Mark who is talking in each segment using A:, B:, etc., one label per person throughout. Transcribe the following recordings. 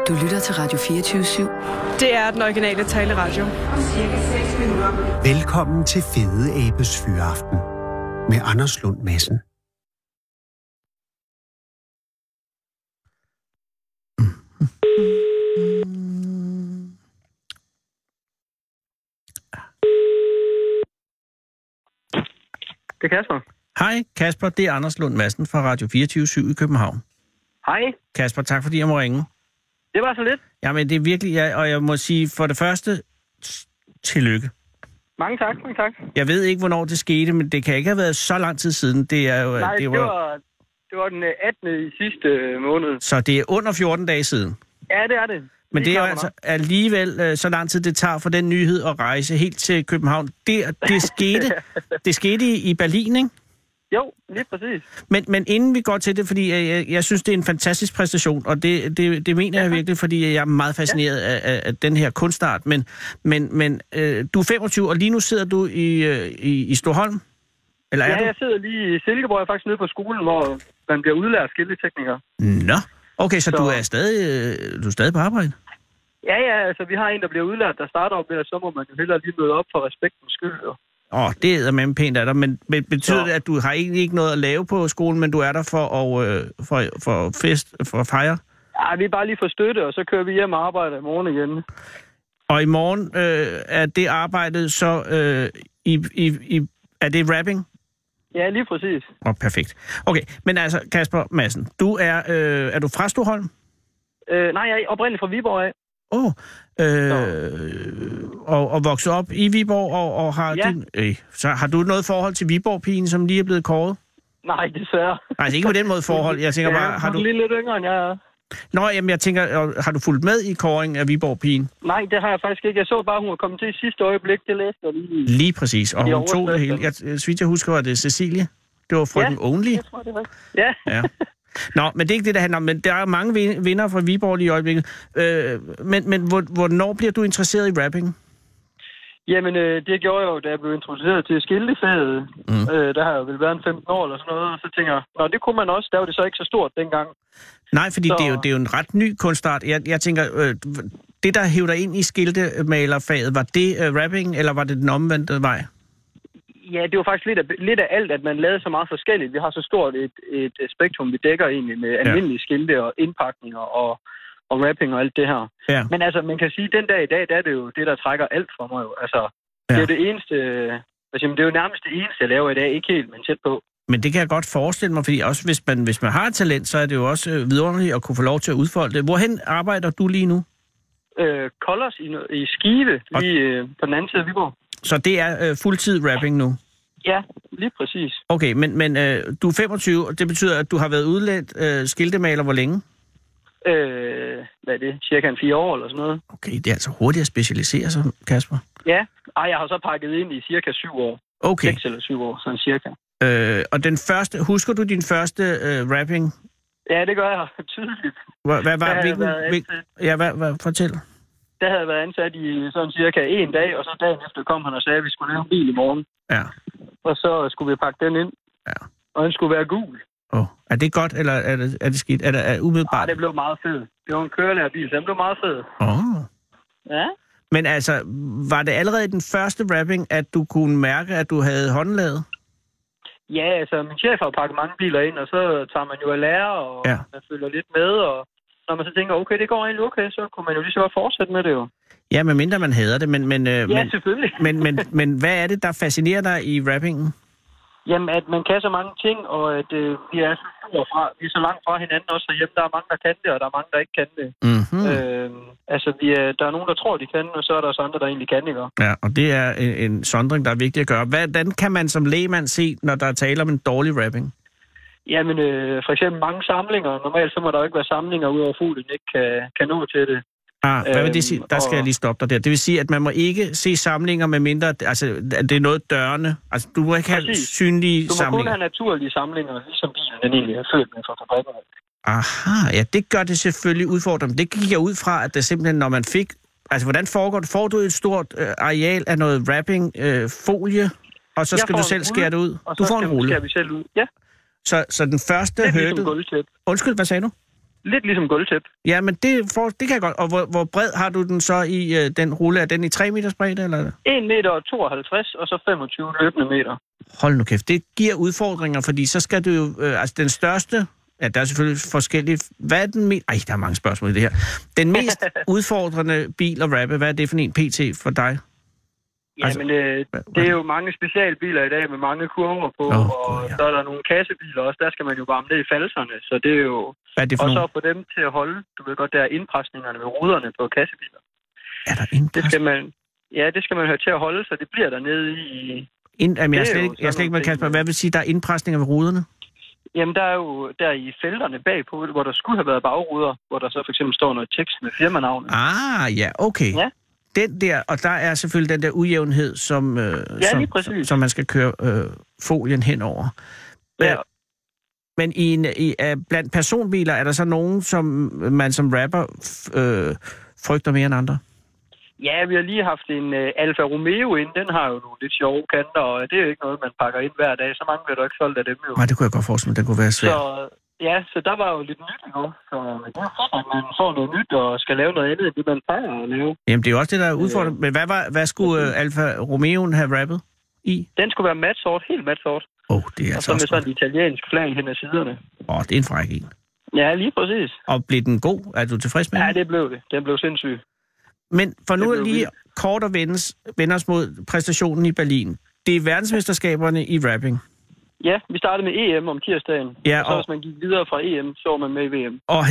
A: Du lytter til Radio 24/7.
B: Det er den originale taleradio.
C: Velkommen til Fede Abes Fyraften med Anders Lund Madsen.
D: Det er Kasper.
E: Hej Kasper, det er Anders Lund Madsen fra Radio 24/7 i København.
D: Hej.
E: Kasper, tak fordi jeg må ringe.
D: Det var så lidt.
E: Jamen det er virkelig, og jeg må sige for det første, tillykke.
D: Mange tak.
E: Jeg ved ikke, hvornår det skete, men det kan ikke have været så lang tid siden. Det er jo,
D: Nej, det var den 18. i sidste måned.
E: Så det er under 14 dage siden.
D: Ja, det er det.
E: Men det er jo altså alligevel så lang tid, det tager for den nyhed at rejse helt til København. Det skete i Berlin, ikke?
D: Jo, lige præcis.
E: Men inden vi går til det, fordi jeg synes, det er en fantastisk præstation, og det mener jeg virkelig, fordi jeg er meget fascineret af den her kunstart. Men du er 25, og lige nu sidder du i Stockholm? Eller er du?
D: Jeg sidder lige i Silkeborg, jeg er faktisk nede på skolen, hvor man bliver udlært skiltetekniker.
E: Nå, okay, så du er stadig på arbejde?
D: Ja, altså vi har en, der bliver udlært, der starter op med, og så må man jo hellere lige møde op for respektens skyld.
E: Det er med pænt af dig, men betyder det, at du har egentlig ikke noget at lave på skolen, men du er der for fest, for at fejre?
D: Ja, vi er bare lige for støtte, og så kører vi hjem og arbejder i morgen igen.
E: Og i morgen er det arbejdet så er det rapping?
D: Ja, lige præcis.
E: Perfekt. Okay, men altså Kasper Madsen, du er du fra Stockholm?
D: Nej, jeg er oprindeligt fra Viborg af.
E: Og vokset op i Viborg, og har så har du noget forhold til Viborg-pigen, som lige er blevet kåret?
D: Nej, desværre.
E: Altså ikke på den måde forhold. Jeg tænker bare, har du
D: lige lidt yngre end jeg er.
E: Nå, jamen jeg tænker, har du fulgt med i kåringen af Viborg-pigen?
D: Nej, det har jeg faktisk ikke. Jeg så bare, hun var kommet til i sidste øjeblik. Det læste jeg lige.
E: Lige præcis, og hun tog det hele. Så vidt jeg husker, var det Cecilie. Det var frøken Only.
D: Jeg tror, det var. Ja.
E: Nå, men det er ikke det, der handler om. Men der er mange vinder fra Viborg lige i øjeblikket. Men hvornår bliver du interesseret i rapping?
D: Jamen, det gjorde jeg jo, da jeg blev introduceret til skiltefaget. Der har jeg vel været en 15 år eller sådan noget. Og så tænker jeg, det kunne man også. Der var det så ikke så stort dengang.
E: Nej, fordi det er jo en ret ny kunstart. Jeg tænker, det der hævder ind i skiltemalerfaget, var det rapping, eller var det den omvendte vej?
D: Ja, det var faktisk lidt af alt, at man lavede så meget forskelligt. Vi har så stort et spektrum, vi dækker egentlig med almindelige skilte og indpakninger og rapping og alt det her. Ja. Men altså, man kan sige, at den dag i dag, der er det jo det, der trækker alt for mig. Altså, det er jo det eneste, det er jo nærmest det eneste, jeg laver i dag. Ikke helt, men tæt på. Men det kan jeg godt forestille mig, fordi også hvis man har et talent, så er det jo også vidunderligt at kunne få lov til at udfolde det. Hvorhen arbejder du lige nu? Kolders i Skive, lige på den anden side af Viborg.
E: Så det er fuldtid rapping nu?
D: Ja, lige præcis.
E: Okay, men du er 25, og det betyder, at du har været udlært skiltemaler hvor længe?
D: Hvad er det? Cirka 4 år eller sådan noget.
E: Okay, det er altså hurtigt at specialisere sig, Kasper.
D: Ja, jeg har så pakket ind i cirka 7 år.
E: Okay.
D: 6 eller 7 år, sådan cirka.
E: Og den første, husker du din første rapping?
D: Ja, det gør jeg tydeligt.
E: Fortæl.
D: Der havde jeg været ansat i sådan cirka 1 dag, og så dagen efter kom han og sagde, at vi skulle lave en bil i morgen.
E: Ja.
D: Og så skulle vi pakke den ind. Ja. Og den skulle være gul.
E: Er det godt, eller er det skidt? Er det umiddelbart?
D: Nej, det blev meget fed. Det var en kørelærer-bil, så den blev meget fed. Ja.
E: Men altså, var det allerede den første rapping, at du kunne mærke, at du havde håndlaget?
D: Ja, altså min chef har pakket mange biler ind, og så tager man jo af lære, og man følger lidt med, og når man så tænker, okay, det går egentlig okay, så kunne man jo lige så godt fortsætte med det jo. Ja, medmindre man hader det, ja, selvfølgelig.
E: men hvad er det, der fascinerer dig i rappingen?
D: Jamen, at man kan så mange ting, og at vi er så langt fra hinanden også herhjemme. Der er mange, der kan det, og der er mange, der ikke kan det. Mm-hmm. Der er nogen, der tror, de kan, og så er der også andre, der egentlig kan, ikke?
E: Ja, og det er en sondring, der er vigtig at gøre. Hvordan kan man som lægmand se, når der er tale om en dårlig rapping?
D: Jamen, for eksempel mange samlinger. Normalt så må der jo ikke være samlinger, udover fuglen ikke kan nå til det.
E: Hvad vil det sige? Der skal jeg lige stoppe dig der. Det vil sige, at man må ikke se samlinger med mindre, altså at det er noget dørende. Altså du må ikke have synlige samlinger.
D: Du må kun have naturlige samlinger, ligesom bilen den egentlig er født med fra fabrikken.
E: Aha, ja, det gør det selvfølgelig udfordrende. Det gik jeg ud fra, at det simpelthen, når man fik... Altså, hvordan foregår det? Får du et stort areal af noget wrapping-folie, og så skal du selv skære det ud?
D: Du får en rulle. Skærer vi selv ud, ja.
E: Så den første hurdle... Undskyld, hvad sagde du?
D: Lidt ligesom gulvtæp.
E: Ja, men det kan jeg godt. Og hvor bred har du den så i den rulle? Er den i 3 meters bredde, eller?
D: 1,52 meter og så 25 løbende meter.
E: Hold nu kæft. Det giver udfordringer, fordi så skal du jo... altså den største... Ja, der er selvfølgelig forskellige... Hvad er den mest... Ej, der er mange spørgsmål i det her. Den mest udfordrende bil at rappe, hvad er det for en PT for dig?
D: Ja, altså, men det er jo mange specialbiler i dag med mange kurver på, så er der nogle kassebiler også. Der skal man jo varme ned i falserne, så det er jo...
E: Hvad er det for
D: og
E: nogle?
D: så få dem til at holde. Du ved godt, der er indpresningerne ved ruderne på kassebiler.
E: Er der indpresning?
D: Det skal man have til at holde, så det bliver dernede i...
E: Jamen, jeg er slet ikke med Kasper. Hvad vil sige, der er indpresninger ved ruderne?
D: Jamen, der er jo der i felterne bagpå, hvor der skulle have været bagruder, hvor der så for eksempel står noget tekst med firmanavnet.
E: Ja, okay. Ja. Den der, og der er selvfølgelig den der ujævnhed, som man skal køre folien henover. Ja. Men blandt personbiler, er der så nogen, som man som rapper frygter mere end andre?
D: Ja, vi har lige haft en Alfa Romeo ind. Den har jo nogle lidt sjove kanter, og det er jo ikke noget, man pakker ind hver dag. Så mange bliver du ikke solgt af dem jo.
E: Nej, det kunne jeg godt forestille mig, det kunne være svært.
D: Så der var jo lidt nyt, ikke? Så det er fedt, at man får noget nyt og skal lave noget andet, end det man plejer at lave.
E: Jamen, det er jo også det, der er udfordret. Men hvad skulle Alfa Romeoen have rappet i?
D: Den skulle være matsort, helt matsort.
E: Det er
D: og så med sådan et italiensk flag hen ad siderne.
E: Det er en fræk en.
D: Ja, lige præcis.
E: Og blev den god? Er du tilfreds med den?
D: Ja, det blev det. Den blev sindssyg.
E: Men for nu lige kort at vende os mod præstationen i Berlin. Det er verdensmesterskaberne i rapping.
D: Ja, vi startede med EM om tirsdagen.
E: Ja,
D: og så hvis man gik videre fra EM, så var man med i VM.
E: Og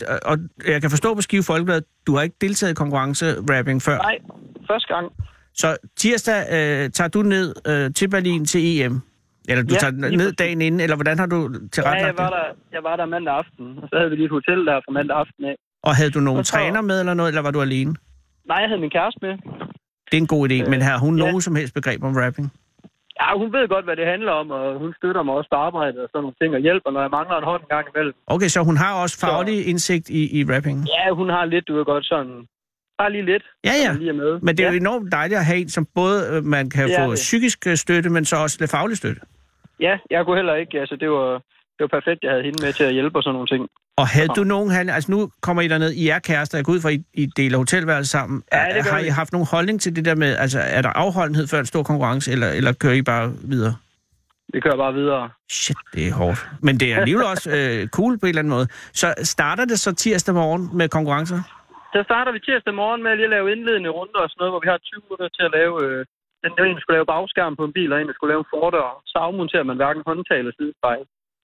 E: jeg kan forstå på Skive Folkeblad, du har ikke deltaget i konkurrence-rapping før?
D: Nej, første gang.
E: Så tirsdag tager du ned til Berlin til EM? Eller du tager ned dagen inden, eller hvordan har du tilrettelagt det?
D: Jeg var der mandag aften, og så havde vi lige et hotel der fra mandag aften af.
E: Og havde du nogen træner med eller noget, eller var du alene?
D: Nej, jeg havde min kæreste med.
E: Det er en god idé, men har hun nogen som helst begreb om rapping?
D: Ja, hun ved godt, hvad det handler om, og hun støtter mig også på arbejdet og sådan nogle ting, og hjælper, når jeg mangler en hånd en gang imellem.
E: Okay, så hun har også faglig indsigt i rapping?
D: Ja, hun har lidt, du ved godt, sådan... Bare lige lidt.
E: Ja.
D: Lige med.
E: Men det er jo enormt dejligt at have en, som både man kan få psykisk støtte, men så også lidt faglig støtte.
D: Ja, jeg kunne heller ikke. Altså, det var perfekt, jeg havde hende med til at hjælpe og sådan nogle ting.
E: Og havde du nogen handling... Altså, nu kommer I derned, I er kærester, jeg går ud fra, I deler hotelværelse sammen.
D: Ja, det
E: har I haft nogen holdning til det der med... Altså, er der afholdenhed før en stor konkurrence, eller kører I bare videre?
D: Vi kører bare videre.
E: Shit, det er hårdt. Men det er alligevel også cool på en eller anden måde. Så starter det så tirsdag morgen med konkurrencer?
D: Så starter vi tirsdag morgen med at lige lave indledende runder og sådan noget, hvor vi har 20 minutter til at lave... Den der en skulle lave bagskærm på en bil, og en der skulle lave en fordør. Så afmonterer man hverken håndtag eller sidespejl.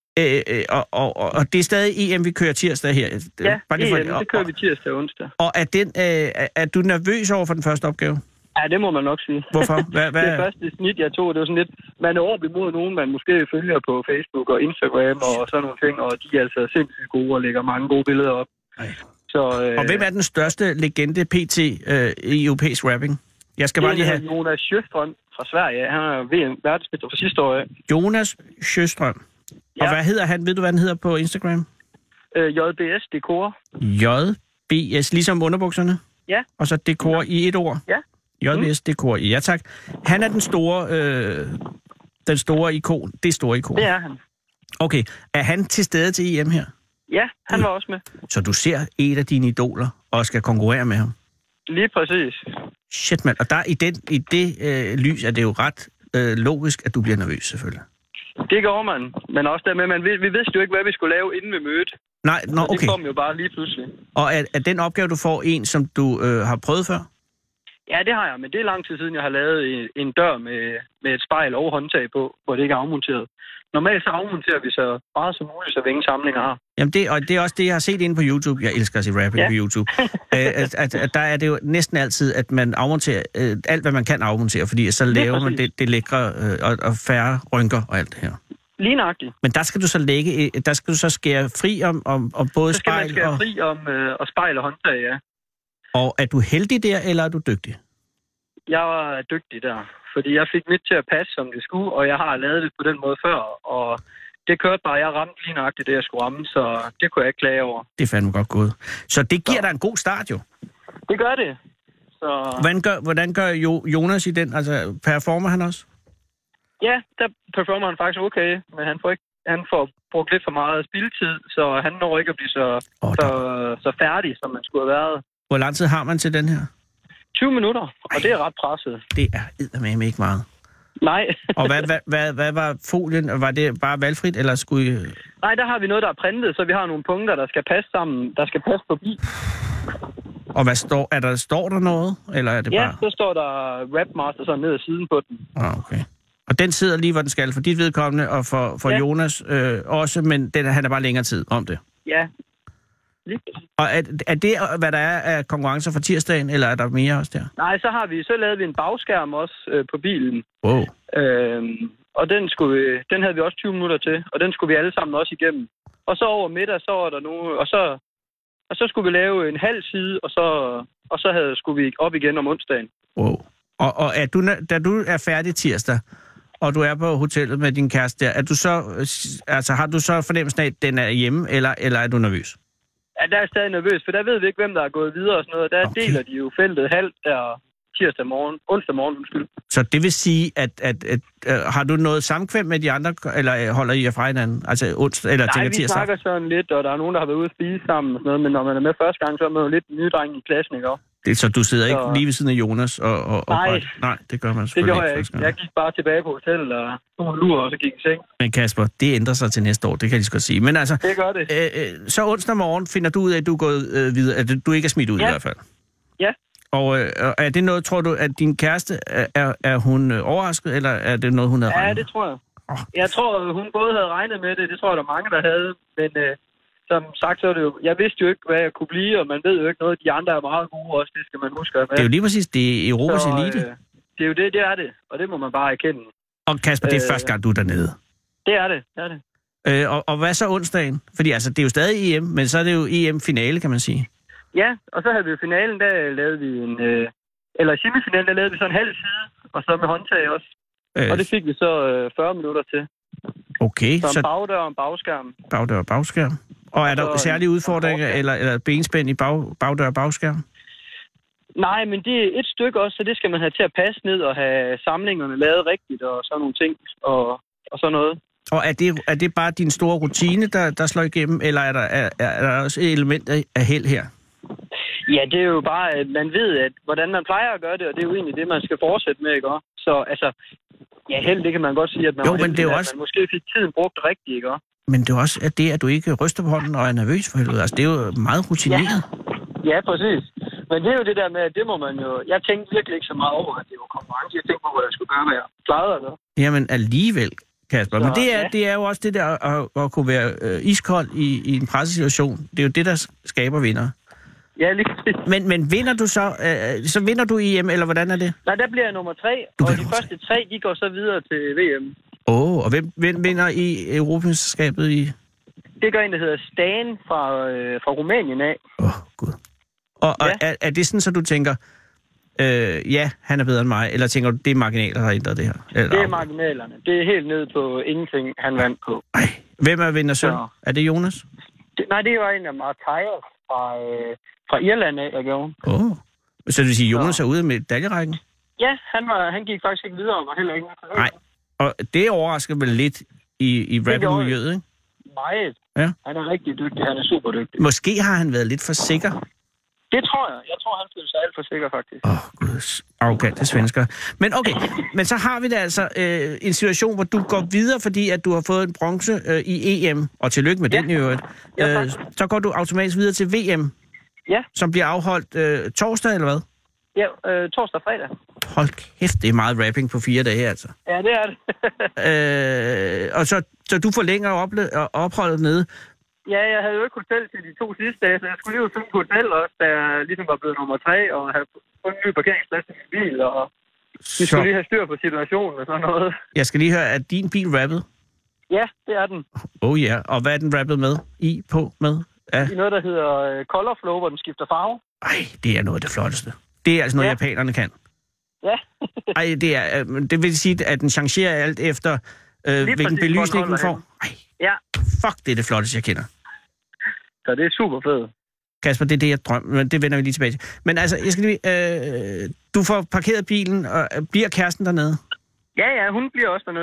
E: Og det er stadig EM, vi kører tirsdag her?
D: Ja, det kører vi tirsdag og onsdag.
E: Og er du nervøs over for den første opgave?
D: Ja, det må man nok sige.
E: Hvorfor?
D: Det første snit, jeg tog, det var sådan lidt... Man er oppe imod nogen, man måske følger på Facebook og Instagram og sådan nogle ting, og de er altså sindssygt gode og lægger mange gode billeder op. Så,
E: og hvem er den største legende PT i europæisk rapping? Jeg skal bare lige have...
D: Jonas Sjöström fra Sverige. Han er verdensmester fra sidste år.
E: Jonas Sjöström. Og hvad hedder han? Ved du, hvad han hedder på Instagram?
D: JBS Dekor.
E: JBS, ligesom underbukserne?
D: Ja.
E: Og så Dekor i et ord?
D: Ja.
E: JBS Dekor i. Ja, tak. Han er den store ikon. Det store ikon.
D: Det er han.
E: Okay. Er han til stede til EM her?
D: Ja, han var også med.
E: Så du ser et af dine idoler og skal konkurrere med ham?
D: Lige præcis.
E: Shit, mand. Og der i det lys er det jo ret logisk, at du bliver nervøs, selvfølgelig.
D: Det gør man. Men også der med, vi vidste jo ikke, hvad vi skulle lave inden vi mødte.
E: Nej, okay.
D: Det kom jo bare lige pludselig.
E: Og er den opgave, du får, en, som du har prøvet før?
D: Ja, det har jeg, men det er lang tid siden, jeg har lavet en dør med et spejl og håndtag på, hvor det ikke er afmonteret. Normalt så afmonterer vi så meget som muligt, så vi ingen samlinger har. Jamen
E: det er også det, jeg har set inde på YouTube. Jeg elsker at se rapping på YouTube. at der er det jo næsten altid, at man afmonterer alt, hvad man kan afmontere, fordi så laver man det lækre og færre rynker og alt det her.
D: Lige nøjagtigt.
E: Men der skal du så skære fri om både spejl og...
D: Så skal man skære fri om spejl og håndtag, ja.
E: Og er du heldig der, eller er du dygtig?
D: Jeg var dygtig der, fordi jeg fik mit til at passe, som det skulle, og jeg har lavet det på den måde før, og det kørte bare. Jeg ramte lige nøjagtigt det, jeg skulle ramme, så det kunne jeg ikke klage over.
E: Det er fandme godt gået. Så det giver dig en god start, jo?
D: Det gør det. Så...
E: Hvordan gør Jonas i den? Altså, performer han også?
D: Ja, der performer han faktisk okay, men han får ikke han får brugt lidt for meget spildtid, så han når ikke at blive så færdig, som man skulle have været.
E: Hvor lang tid har man til den her?
D: 20 minutter, og det er ret presset.
E: Det er eddermame ikke meget.
D: Nej.
E: Og hvad var folien? Var det bare valgfrit, eller skulle I...
D: Nej, der har vi noget, der er printet, så vi har nogle punkter, der skal passe sammen, der skal passe forbi.
E: Og hvad står der noget? Eller er det
D: ja,
E: bare...
D: så står der Rapmaster sådan ned ad siden på den.
E: Okay. Og den sidder lige, hvor den skal, for dit vedkommende, og for Jonas også, men han er bare længere tid om det.
D: Ja.
E: Og er det, hvad der er af konkurrencer for tirsdagen, eller er der mere også der?
D: Nej, så lavede vi en bagskærm også på bilen.
E: Wow.
D: Og den havde vi også 20 minutter til, og den skulle vi alle sammen også igennem. Og så over middag, så var der nu, og så skulle vi lave en halv side, og så skulle vi op igen om onsdagen.
E: Wow. Og da du er færdig tirsdag, og du er på hotellet med din kæreste der, har du så fornemmelsen af, at den er hjemme, eller er du nervøs?
D: Ja, der er stadig nervøs, for der ved vi ikke, hvem der er gået videre og sådan noget. Der deler de jo feltet halvt der onsdag morgen, undskyld.
E: Så det vil sige, at har du noget samkvem med de andre, eller holder I jer fra hinanden? Altså onsdag eller tirsdag?
D: Nej, vi snakker sådan lidt, og der er nogen, der har været ude at spise sammen og sådan noget, men når man er med første gang, så er man jo lidt en ny dreng i klassen, ikke?
E: Så du sidder ikke lige ved siden af Jonas? Nej, det gør man selvfølgelig
D: ikke. Det gjorde jeg ikke. Jeg gik bare tilbage på hotellet og nogle lurer, og så gik i seng. Men
E: Kasper, det ændrer sig til næste år, det kan jeg lige så godt sige. Men altså,
D: det gør det.
E: Så onsdag morgen finder du ud af, at du er gået videre, at du ikke er smidt ud i hvert fald.
D: Ja.
E: Og er det noget, tror du, at din kæreste, er hun overrasket, eller er det noget, hun havde regnet med?
D: Ja, det tror jeg. Jeg tror, hun både havde regnet med det tror jeg, der er mange, der havde, men... Som sagt, så er det jo... Jeg vidste jo ikke, hvad jeg kunne blive, og man ved jo ikke noget. De andre er meget gode også, det skal man huske at være.
E: Det er jo lige præcis, det er Europas elite.
D: Det er jo det er det. Og det må man bare erkende.
E: Og Kasper, det er første gang, du er dernede.
D: Det er det.
E: Og hvad så onsdagen? Fordi altså, det er jo stadig EM, men så er det jo EM-finale, kan man sige.
D: Ja, og så havde vi jo finalen, der lavede vi eller semifinalen, der lavede vi så en halv side, og så med håndtag også. Og det fik vi så 40 minutter til.
E: Okay.
D: Så en bagdør og en bagskærm.
E: Bagdør og bagskærm. Og er der særlige udfordringer, eller benspænd i bagdør og bagskærm? Nej, men det er et stykke også, så det skal man have til at passe ned og have samlingerne lavet rigtigt og sådan nogle ting og sådan noget. Og er det bare din store rutine, der slår igennem, eller er der også et element af held her? Ja, det er jo bare, at man ved, at hvordan man plejer at gøre det, og det er jo egentlig det, man skal fortsætte med, ikke? Så altså, ja, held, det kan man godt sige, at man, man måske fik tiden brugt rigtigt, ikke? Men det er også at du ikke ryster på hånden og er nervøs for helvede. Altså, det er jo meget rutineret. Ja, præcis. Men det er jo det der med, at det må man jo... Jeg tænkte virkelig ikke så meget over, at det var konkurrence. Jeg tænkte på, hvad jeg skulle gøre, hvad jeg plejede at gøre. Jamen alligevel, Kasper. Men det er jo også det der at kunne være iskold i en pressesituation. Det er jo det, der skaber vinder. Ja, lige præcis. Men vinder du så vinder du EM, eller hvordan er det? Nej, der bliver jeg nummer 3, og de første 3, de går så videre til VM. Og hvem vinder i Europamesterskabet i? Det gør en, der hedder Stan fra Rumænien af. Gud. Og er det sådan, så du tænker, ja, han er bedre end mig, eller tænker du, det er marginaler, der har ændret det her? Eller det er marginalerne. Det er helt nede på ingenting, han vandt på. Ej. Hvem er vinder søn? Ja. Er det Jonas? Nej, det var en af Martejers fra Irland af, jeg gjorde. Så det vil sige, Jonas er ude med medaljerækken? Ja, han gik faktisk ikke videre, og var heller ikke med. Nej. Og det overrasker vel lidt i rap-miljøet, ikke? Meget. Ja. Han er rigtig dygtig. Han er super dygtig. Måske har han været lidt for sikker. Det tror jeg. Jeg tror, han føler sig alt for sikker, faktisk. Gud. Arrogante svensker. Men okay, men så har vi da altså en situation, hvor du går videre, fordi at du har fået en bronze i EM, og tillykke med den i øvrigt. Så går du automatisk videre til VM, som bliver afholdt torsdag, eller hvad? Ja, torsdag og fredag. Hold kæft, det er meget rapping på 4 dage, altså. Ja, det er det. Og så du forlænger opholdet nede? Ja, jeg havde jo ikke hotel til de 2 sidste dage, så jeg skulle lige finde på hotel også, da jeg ligesom var blevet nummer 3, og have fundet en ny parkeringsplads til min bil, og vi skulle lige have styr på situationen og sådan noget. Jeg skal lige høre, er din bil rappet? Ja, det er den. Ja. Og hvad er den rappet med? Med? Ja. Det er noget, der hedder Color Flow, hvor den skifter farve. Ej, det er noget af det flotteste. Det er altså noget, japanerne kan. Ja. Ej, det vil sige, at den changerer alt efter, hvilken belysning den får. Ej, fuck, det er det flotteste, jeg kender. Så det er super fedt. Kasper, det er det, jeg drømmer, men det vender vi lige tilbage til. Men altså, jeg skal lige... du får parkeret bilen, og bliver kæresten dernede? Ja, hun bliver også dernede.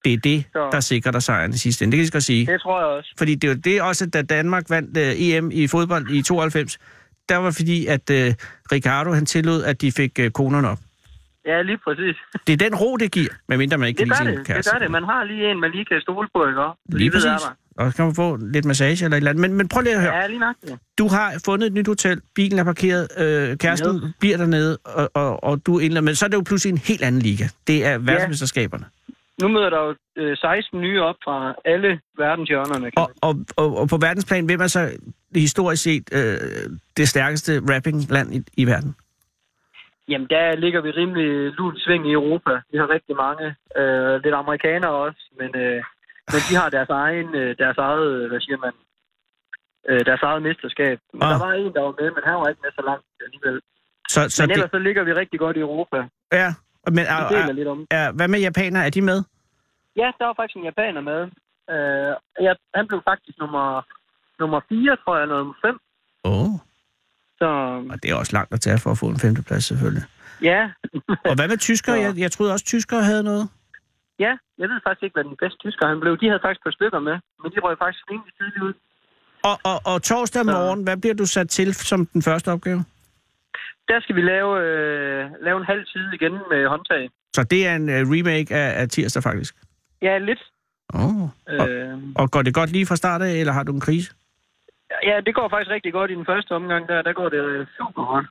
E: Det er det, der sikrer dig sejren i sidste ende. Det kan jeg godt sige.
D: Det tror jeg også.
E: Fordi det er jo det også, da Danmark vandt EM i fodbold i 92, der var fordi, at Ricardo han tillod, at de fik konerne op.
D: Ja, lige præcis.
E: Det er den ro, det giver, medmindre man ikke kan lide sin kæreste.
D: Det gør det. Man har lige en, man lige kan stole på, ikke?
E: Lige præcis. Og så kan man få lidt massage eller et eller andet. Men prøv lige at høre.
D: Ja, lige nok det.
E: Du har fundet et nyt hotel, bilen er parkeret, kæresten bliver dernede, og du indlader med. Så er det jo pludselig en helt anden liga. Det er verdensmesterskaberne.
D: Nu møder der jo 16 nye op fra alle verdenshjørnerne.
E: Og på verdensplan, hvem er så historisk set det stærkeste rappingland i verden?
D: Jamen, der ligger vi rimelig lunt sving i Europa. Vi har rigtig mange. Lidt amerikanere også, men de har deres eget, hvad siger man, deres eget mesterskab. Men der var en, der var med, men han var ikke med så langt alligevel. Men ellers så ligger vi rigtig godt i Europa.
E: Ja, men hvad med japanere? Er de med?
D: Ja, der var faktisk en japaner med. Han blev faktisk nummer 4, tror jeg, eller nummer 5. Så...
E: Og det er også langt at tage for at få en 5. plads, selvfølgelig.
D: Ja.
E: Og hvad med tyskere? Jeg troede også, tyskere havde noget.
D: Ja, jeg ved faktisk ikke, hvad den bedste tysker han blev. De havde faktisk et par stykker med, men de røg faktisk rimelig tidligt ud.
E: Og torsdag morgen, hvad bliver du sat til som den første opgave?
D: Der skal vi lave en halv side igen med håndtag.
E: Så det er en remake af tirsdag, faktisk?
D: Ja, lidt.
E: Og går det godt lige fra start af, eller har du en krise?
D: Ja, det går faktisk rigtig godt i den første omgang. Der går det super godt.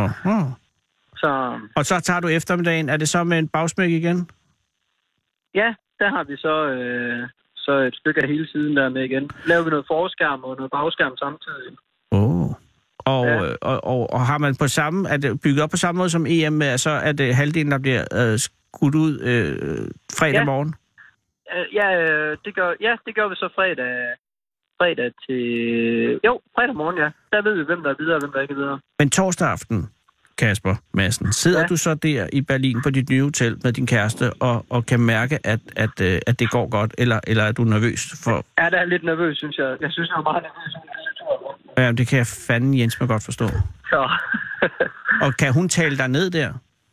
E: Og så tager du eftermiddagen. Er det så med en bagsmæk igen? Ja,
D: der har vi så et stykke af hele siden der med igen. Laver vi noget forskærm og noget bagskærm samtidig.
E: Og har man på samme, er det bygget op på samme måde som EM, så er det halvdelen, der bliver skudt ud fredag morgen?
D: Det gør vi så fredag til... Jo, fredag morgen, ja. Der ved vi, hvem der er videre og hvem der ikke er videre.
E: Men torsdag aften, Kasper Madsen, sidder du så der i Berlin på dit nye hotel med din kæreste og kan mærke, at det går godt, eller er du nervøs for...
D: Ja, der er lidt nervøs, synes jeg. Jeg synes, jeg er meget nervøs.
E: Ja, det kan jeg fandme Jens med godt forstå.
D: Så.
E: Og kan hun tale dig ned der?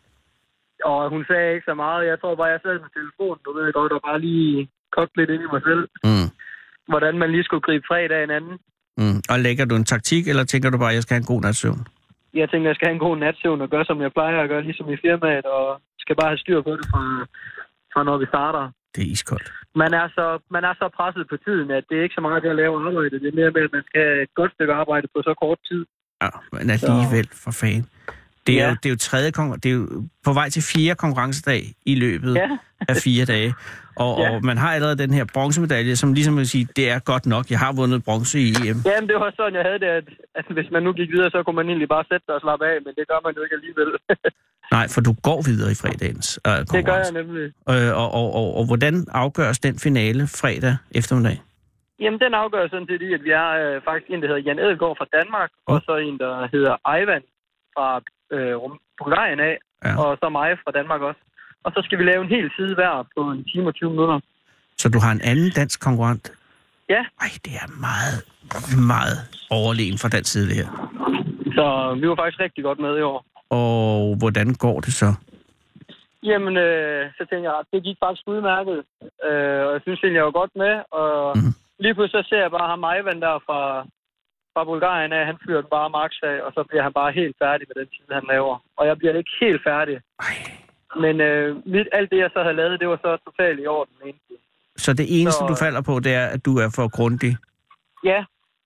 D: Og hun sagde ikke så meget. Jeg tror bare, jeg sad med telefonen, du ved godt, og bare lige kogte lidt ind i mig selv. Hvordan man lige skulle gribe fredagen anden.
E: Og lægger du en taktik, eller tænker du bare, at jeg skal have en god natsøvn?
D: Jeg tænker, jeg skal have en god natsøvn og gøre, som jeg plejer at gøre, ligesom i firmaet, og skal bare have styr på det fra når vi starter.
E: Det er iskoldt.
D: Man er så presset på tiden, at det er ikke så meget det at lave arbejde. Det er mere med, at man skal have et godt stykke arbejde på så kort tid.
E: Ja, men alligevel for fan. Det er jo på vej til 4. konkurrencedag i løbet af 4 dage. Og man har allerede den her bronzemedalje, som ligesom vil sige, det er godt nok. Jeg har vundet bronze i EM.
D: Jamen, det var sådan, jeg havde det, at hvis man nu gik videre, så kunne man egentlig bare sætte sig og slappe af, men det gør man jo ikke alligevel.
E: Nej, for du går videre i fredagens konkurrence.
D: Det gør jeg nemlig.
E: Og hvordan afgøres den finale fredag eftermiddag?
D: Jamen, den afgøres sådan set i, at vi er faktisk en, der hedder Jan Edelgaard fra Danmark, og så en, der hedder Ivan fra Bulgarien af, og så mig fra Danmark også. Og så skal vi lave en hel side hver på 1 time og 20 minutter.
E: Så du har en anden dansk konkurrent?
D: Ja.
E: Ej, det er meget, meget overlegen fra den side, det her.
D: Så vi var faktisk rigtig godt med i år.
E: Og hvordan går det så?
D: Jamen, så tænker jeg, at det gik faktisk udmærket. Og jeg synes egentlig, jeg var godt med. Og lige pludselig så ser jeg bare ham Ivan der fra Bulgarien af. Han fyrer den bare max af, og så bliver han bare helt færdig med den tid, han laver. Og jeg bliver ikke helt færdig. Men alt det, jeg så havde lavet, det var så totalt i orden.
E: Så det eneste, du falder på, det er, at du er for grundig?
D: Ja,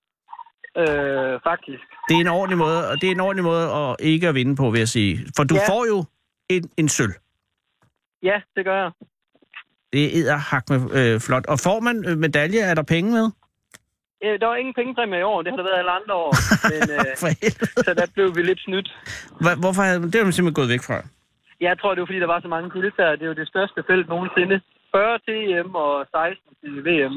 D: faktisk.
E: Det er en ordentlig måde at ikke at vinde på, vil jeg sige. For du får jo en sølv.
D: Ja, det gør jeg.
E: Det er edderhak med flot. Og får man medalje? Er der penge med?
D: Der var ingen pengepræmie i år. Det har der været alle andre år. Men, så der blev vi lidt snydt.
E: Hvorfor havde det man simpelthen gået væk fra?
D: Jeg tror, det var, fordi der var så mange deltagere. Det er jo det største felt nogensinde. 40 til EM og 16 til VM.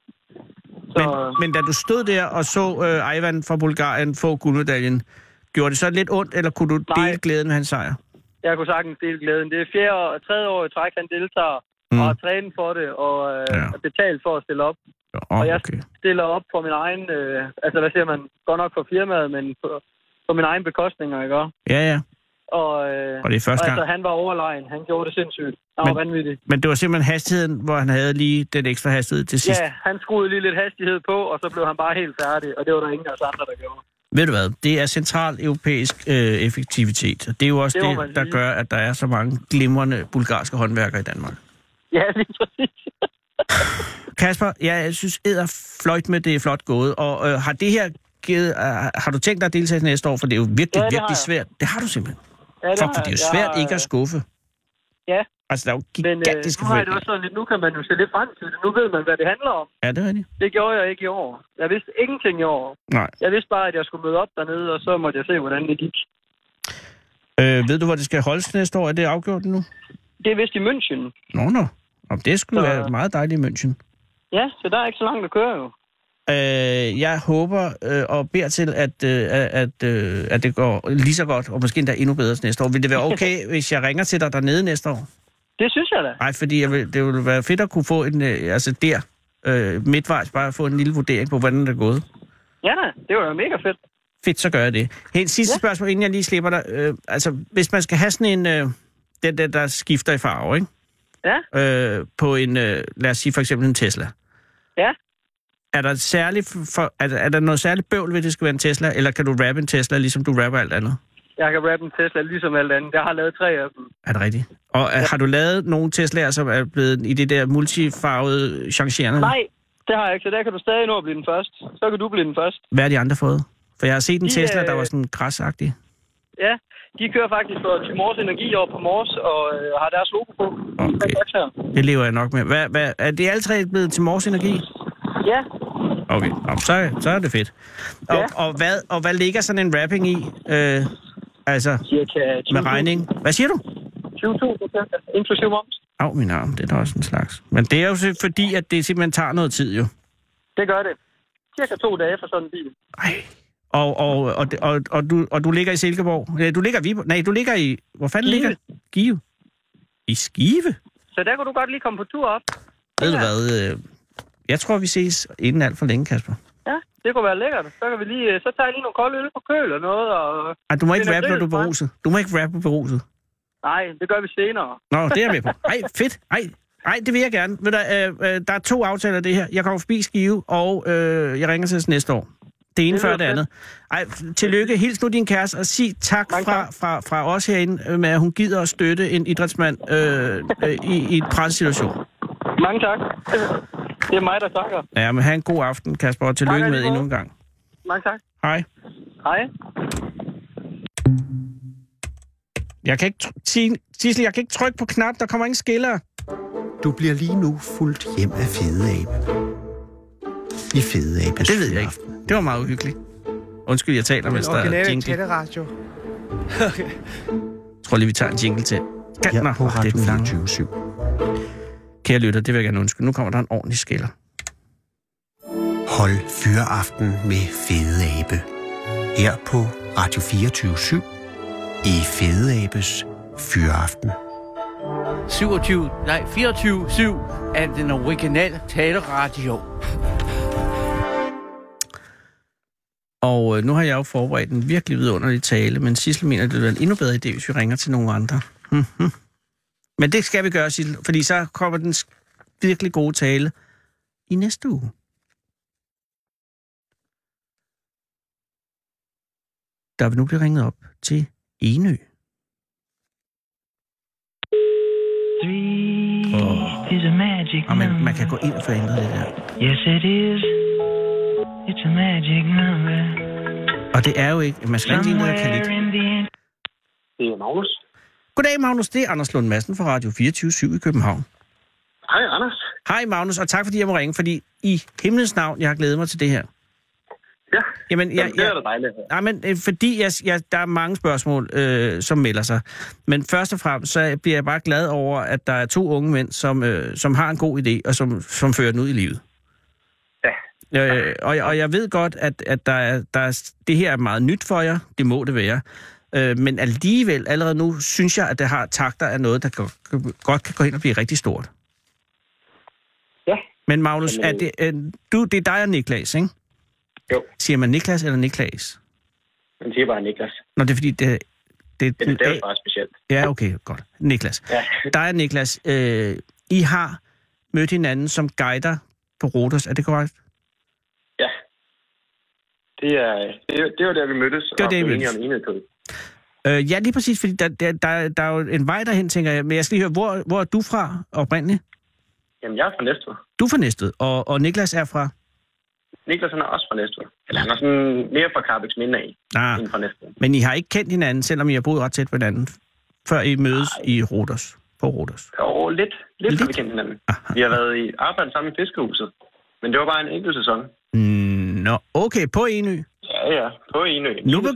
E: Men da du stod der og så Ivan fra Bulgarien få guldmedaljen, gjorde det så lidt ondt, eller kunne du dele glæden med hans sejr?
D: Jeg kunne sagtens dele glæden. Det er 3. år i træk, han deltager, og har trænet for det, og betalt for at stille op. Og jeg stiller op på min egen, hvad siger man, godt nok for firmaet, men på min egen bekostninger, ikke?
E: Ja.
D: Og
E: det er første gang?
D: Altså, han var overlegen. Han gjorde det sindssygt. Han var vanvittigt.
E: Men det var simpelthen hastigheden, hvor han havde lige den ekstra hastighed til sidst?
D: Ja, han skruede lige lidt hastighed på, og så blev han bare helt færdig. Og det var der ingen af os andre, der gjorde.
E: Ved du hvad? Det er central europæisk effektivitet. Og det er jo også det der gør, at der er så mange glimrende bulgarske håndværkere i Danmark.
D: Ja, lige præcis.
E: Kasper, jeg synes, fløjt med det er flot gået. Og har det her givet... har du tænkt dig at deltage næste år? For det er jo virkelig svært. Det har du simpelthen.
D: Ja,
E: for det er jo svært ikke at skuffe.
D: Ja.
E: Altså, der er jo gigantiske
D: forventninger. Nu har det også sådan lidt, nu kan man jo se lidt frem til det. Nu ved man, hvad det handler om.
E: Ja, det er det.
D: Det gjorde jeg ikke i år. Jeg vidste ingenting i år.
E: Nej.
D: Jeg vidste bare, at jeg skulle møde op dernede, og så måtte jeg se, hvordan det gik.
E: Ved du, hvor det skal holdes næste år? Er det afgjort nu?
D: Det er vist i München.
E: Nå. Og det skulle være meget dejligt i München.
D: Ja, så der er ikke så langt at køre jo.
E: Jeg håber og beder til, at det går lige så godt, og måske endda endnu bedre næste år. Vil det være okay, hvis jeg ringer til dig dernede næste år?
D: Det synes jeg da.
E: Nej, fordi det ville være fedt at kunne få en, midtvejs, bare få en lille vurdering på, hvordan det er gået.
D: Ja da, det var da mega fedt.
E: Fedt, så gør jeg det. Helt sidste spørgsmål, inden jeg lige slipper dig. Hvis man skal have sådan en, den der skifter i farve, ikke?
D: Ja.
E: På en, lad os sige for eksempel en Tesla.
D: Ja.
E: Er der noget særligt bøvl ved, at det skal være en Tesla, eller kan du rappe en Tesla, ligesom du rapper alt andet?
D: Jeg kan rappe en Tesla ligesom alt andet. Jeg har lavet 3 af dem.
E: Er det rigtigt? Og har du lavet nogle Teslaer, som er blevet i det der multifarvede changerende?
D: Nej, det har jeg ikke, så der kan du stadig nå at blive den første. Så kan du blive den første.
E: Hvad har de andre fået? For jeg har set en Tesla, der var sådan græsagtig.
D: Ja, de kører faktisk for Timors Energi over på Mors, og har deres logo på.
E: Okay, det lever jeg nok med. Er det alle 3 blevet til Mors Energi?
D: Ja.
E: Okay, så er det fedt.
D: Ja.
E: Og hvad ligger sådan en wrapping i?
D: Cirka 20.
E: Med regning. Hvad siger du?
D: 20.000, inklusive moms.
E: Min arm, det er da også en slags. Men det er jo fordi, at det simpelthen tager noget tid, jo.
D: Det gør det. Cirka 2 dage for sådan en bil.
E: Og du ligger i Silkeborg? Du ligger i Viborg? Nej, du ligger i... Hvor fanden ligger Skive? I Skive?
D: Så der kunne du godt lige komme på tur op.
E: Ved du hvad? Jeg tror, vi ses inden alt for længe, Kasper.
D: Ja, det kunne være lækkert. Så kan vi lige... Så tager jeg lige nogle kolde øl på køl og noget, og...
E: Ej, du må ikke rappe, når du er beruset. Du må ikke rappe på beruset.
D: Nej, det gør vi senere.
E: Nå, det er jeg med på. Ej, fedt. Ej, det vil jeg gerne. Ved du, der er 2 aftaler af det her. Jeg kommer forbi Skive, og jeg ringer til næste år. Det ene før det andet. Ej, tillykke. Hils nu din kæreste, og sig tak fra os herinde, med at hun gider at støtte en idrætsmand i en pressesituation.
D: Mange tak. Det er mig, der takker.
E: Ja, men have en god aften, Kasper, og tillykke med endnu en gang.
D: Mange tak.
E: Hej.
D: Hej.
E: Jeg kan ikke trykke på knap, der kommer ingen skiller.
C: Du bliver lige nu fuldt hjem af Fede Abe. I Fede Abes.
E: Det ved jeg ikke. Det var meget uhyggeligt. Undskyld, jeg taler, mens der er jingle.
F: Radio.
E: Okay. Jeg tror lige, vi tager en jingle til.
C: Her på Radio 24/7.
E: Kære lytter, det vil jeg gerne undskylde. Nu kommer der en ordentlig skiller.
C: Hold Fyraften med Fede Abe. Her på Radio 24/7. I Fede Abes Fyraften.
F: 24/7 er den originale taleradio.
E: Og nu har jeg jo forberedt en virkelig vidunderlig tale, men Sissel mener, at det er en endnu bedre idé, hvis vi ringer til nogle andre. Men det skal vi gøre, Sissel, fordi så kommer den virkelig gode tale i næste uge. Der vil nu blive ringet op til Enø. Men man kan gå ind og forændre det der.
G: Yes, it is. It's a magic number.
E: Og det er jo ikke... Man skal ikke noget kan lide.
D: Det er Magnus.
E: Goddag, Magnus. Det er Anders Lund Madsen fra Radio 24/7 i København.
D: Hej, Anders.
E: Hej, Magnus, og tak fordi jeg må ringe, fordi i himlens navn, jeg har glædet mig til det her.
D: Ja,
E: jamen, det er da dejligt. Nej, men fordi der er mange spørgsmål, som melder sig. Men først og fremmest, så bliver jeg bare glad over, at der er 2 unge mænd, som har en god idé, og som fører den ud i livet.
D: Ja.
E: Og jeg ved godt, at det her er meget nyt for jer. Det må det være. Men alligevel, allerede nu, synes jeg, at det har takter af noget, der godt kan gå ind og blive rigtig stort.
D: Ja.
E: Men Magnus, det er dig og Niklas, ikke?
D: Jo.
E: Siger man Niklas eller Niklas?
D: Man siger bare Niklas.
E: Nå, det er fordi, Det
H: er jo bare specielt.
E: Ja, okay, godt. Niklas.
H: Ja.
E: Der er Niklas. I har mødt hinanden som guider på Rhodos, er det korrekt?
H: Ja. Det var der, vi mødtes.
E: Det var det, vi
H: mødtes.
E: Ja, lige præcis, fordi der er jo en vej derhen, tænker jeg. Men jeg skal lige høre, hvor er du fra oprindeligt?
H: Jamen, jeg er fra Næstved.
E: Du er fra Næstved, og Niklas er fra?
H: Niklas, han er også fra Næstved. Eller han er sådan mere fra Karrebæksminde af, end fra Næstved.
E: Men I har ikke kendt hinanden, selvom I har boet ret tæt på hinanden, før I mødes i Rhodos, på Rhodos?
H: Jo, lidt har vi kendt hinanden. Aha. Vi har været i arbejde sammen i fiskehuset, men det var bare en enkelt sæson.
E: Nå, okay, på Enø?
H: Ja, på Enø.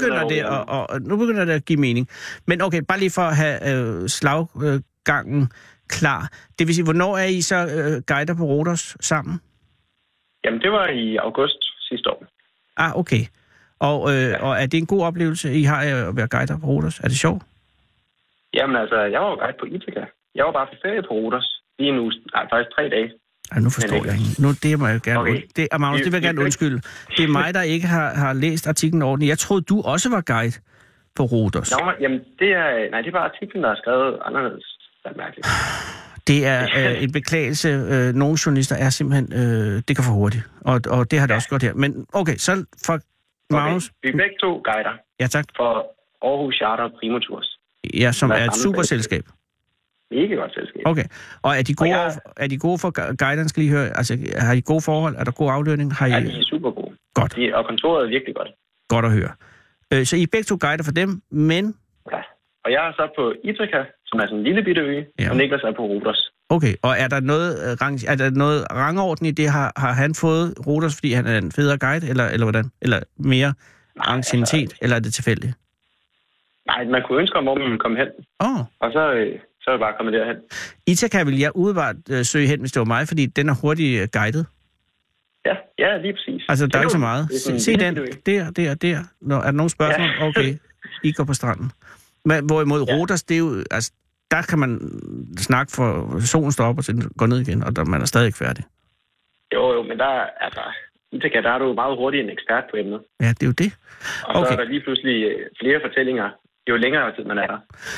E: Nu begynder det at give mening. Men okay, bare lige for at have slaggangen klar. Det vil sige, hvornår er I så guider på Rhodos sammen?
H: Jamen, det var i august sidste år.
E: Okay. Og er det en god oplevelse, I har at være guider på Rhodos? Er det sjovt?
H: Jamen altså, jeg var jo guide på Ithaca. Jeg var bare på ferie på Rhodos. Lige nu, faktisk 3 dage.
E: Nu forstår jeg ikke. Nu, det må jeg gerne. Okay. Magnus, det vil jeg gerne undskylde. Det er mig, der ikke har læst artiklen ordentligt. Jeg troede, du også var guide på Rhodos.
H: Nå, jamen, det er bare artiklen, der er skrevet anderledes. Det er mærkeligt.
E: Det er en beklagelse. Nogle journalister er simpelthen... det kan for hurtigt. Og det har det også godt her. Men okay, så for Magnus...
H: Okay. Vi er begge 2 guider.
E: Ja, tak.
H: For Aarhus Charter Primo Tours.
E: Ja, som er et superselskab.
H: Ikke godt selskab.
E: Okay. Og er de gode for guiderne, skal lige høre? Altså, har de gode forhold? Er der god aflønning?
H: Ja, de er super gode.
E: Godt.
H: Og kontoret er virkelig godt.
E: Godt at høre. Så I er begge 2 guider for dem, men...
H: Ja. Og jeg er så på Ithaca, som er sådan en lille bitte ø, og Niklas er på Rhodos.
E: Okay, og er der noget rangorden i det? Har han fået Rhodos, fordi han er en federe guide, eller hvordan? Eller mere anciennitet, eller er det tilfældigt?
H: Nej, man kunne ønske om, hvor man kom hen. Og så er det bare kommet derhen.
E: Ithaca vil jeg umiddelbart søge hen, hvis det var mig, fordi den er hurtigt guidet.
H: Ja, lige præcis.
E: Altså, der er ikke så meget. Se den. Der. Nå, er der nogle spørgsmål? Ja. Okay, I går på stranden. Men hvorimod Rhodos, det er jo... Altså, der kan man snakke for solen står op og går ned igen, og man er stadig ikke færdig.
H: Jo, men Ithaca, der er du meget hurtigt en ekspert på emnet.
E: Ja, det er jo det.
H: Og så er der lige pludselig flere fortællinger, jo længere tid man er der.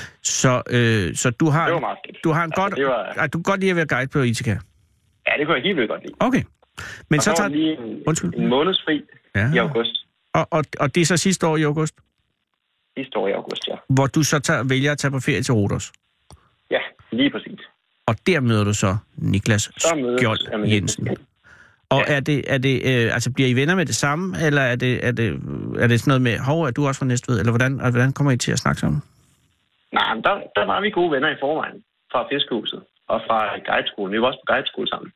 E: Så du har...
H: Det var meget fedt.
E: Du har du kan godt lide at være guide på Ithaca?
H: Ja, det kunne jeg helt vildt godt lide.
E: Okay. Men
H: og så tager lige en måneds fri i august.
E: Og det er så sidste år i august?
H: Sidste år i august, ja.
E: Hvor du så vælger at tage på ferie til Rhodos?
H: Ja, lige præcis.
E: Og der møder du så Niklas Skjold Jensen. Og er det altså bliver I venner med det samme, eller er det sådan noget med, er du også fra Næstved, eller hvordan kommer I til at snakke sammen?
H: Nej, der var vi gode venner i forvejen, fra fiskehuset og fra guideskolen. Vi var også på guideskole sammen.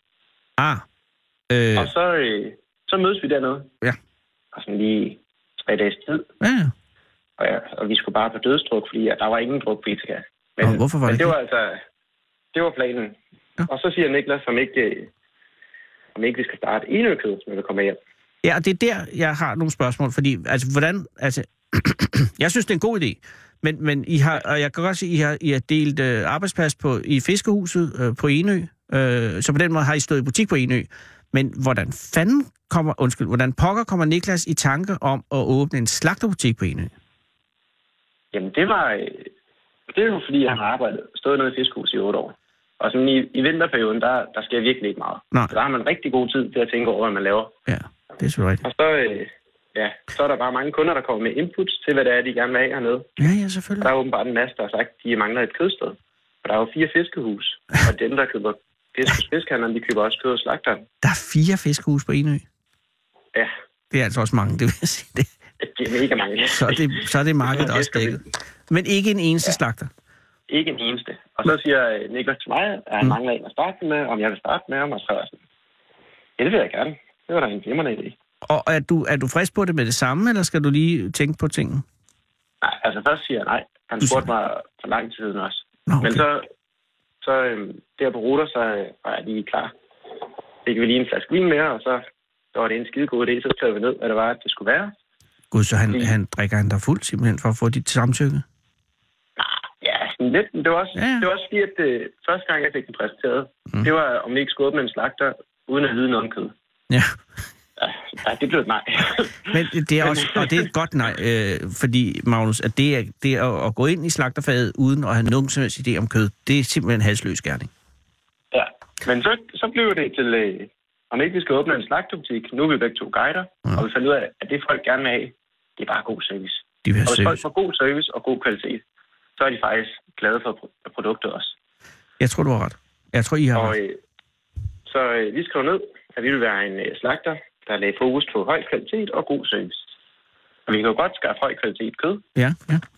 H: Og så mødes vi dernede. Ja. Og sådan lige 3 dages tid.
E: Ja.
H: Og vi skulle bare på dødsdruk, fordi der var ingen druk på Ithaca.
E: Men hvorfor var det?
H: Men det var det var planen. Ja. Og så siger Niklas, om ikke vi skal starte Enø-kød, når vi kommer hjem.
E: Ja, og det er der, jeg har nogle spørgsmål, fordi jeg synes, det er en god idé, men I har, og jeg kan godt se, I har delt arbejdsplads i fiskehuset på Enø, så på den måde har I stået i butik på Enø. Men hvordan pokker kommer Niklas i tanke om at åbne en slagterbutik på Enø?
H: Jamen, det er jo fordi, han har stået nede i fiskehuset i 8 år. Og sådan i vinterperioden, der sker virkelig ikke meget. Så der har man rigtig god tid til at tænke over, hvad man laver.
E: Ja, det er selvfølgelig rigtigt.
H: Og så er der bare mange kunder, der kommer med inputs til, hvad det er, de gerne vil have hernede.
E: Ja, selvfølgelig.
H: Og der er åbenbart en masse, der har sagt, at de mangler et kødsted. Og der er jo 4 fiskehus. Og dem, der køber fisk hos fiskhandlerne, de køber også kød hos slagteren.
E: Der er 4 fiskehus på Enø?
H: Ja.
E: Det er altså også mange, det vil jeg sige.
H: Det er mega mange.
E: Så er det markedet også dækket. Men ikke en eneste slagter?
H: Ikke en eneste. Og så siger Niklas til mig, at han mangler en at starte med, om jeg vil starte med ham, og så er sådan, ja, det vil jeg gerne. Det var da en glimrende idé.
E: Og er du frisk på det med det samme, eller skal du lige tænke på tingene?
H: Nej, altså først siger jeg nej. Han spurgte mig for lang tid siden også.
E: Okay.
H: Men så der på Rhodos, så var jeg lige klar. Fik vi lige en flaske vin mere, og så var det en skide god idé, så tager vi ned, hvad det var, at det skulle være.
E: Gud, så han drikker han der fuld simpelthen for at få dit samtykke?
H: Ja, sådan lidt. Det var også fordi, at første gang, jeg fik den præsenteret, det var, om vi ikke skulle åbne en slagter, uden at vide noget om kød.
E: Ja.
H: Nej, det blev et nej.
E: Men det er også, og det er et godt nej, fordi, Magnus, at det at gå ind i slagterfaget uden at have nogen som helst idé om kød, det er simpelthen en halsløs gerning.
H: Ja, men så blev det til, om ikke vi skal åbne en slagterbutik. Nu er vi begge to guider, og vi fandt ud af, at det folk gerne vil have, det er bare god service. Og hvis folk får god service og god kvalitet, så er de faktisk glade for produktet også. Jeg
E: tror, du har ret. Jeg tror, I har ret.
H: Så vi skrev ned, at vi vil være en slagter, der lagde fokus på høj kvalitet og god service. Og vi kan jo godt skaffe høj kvalitet kød.
E: Ja.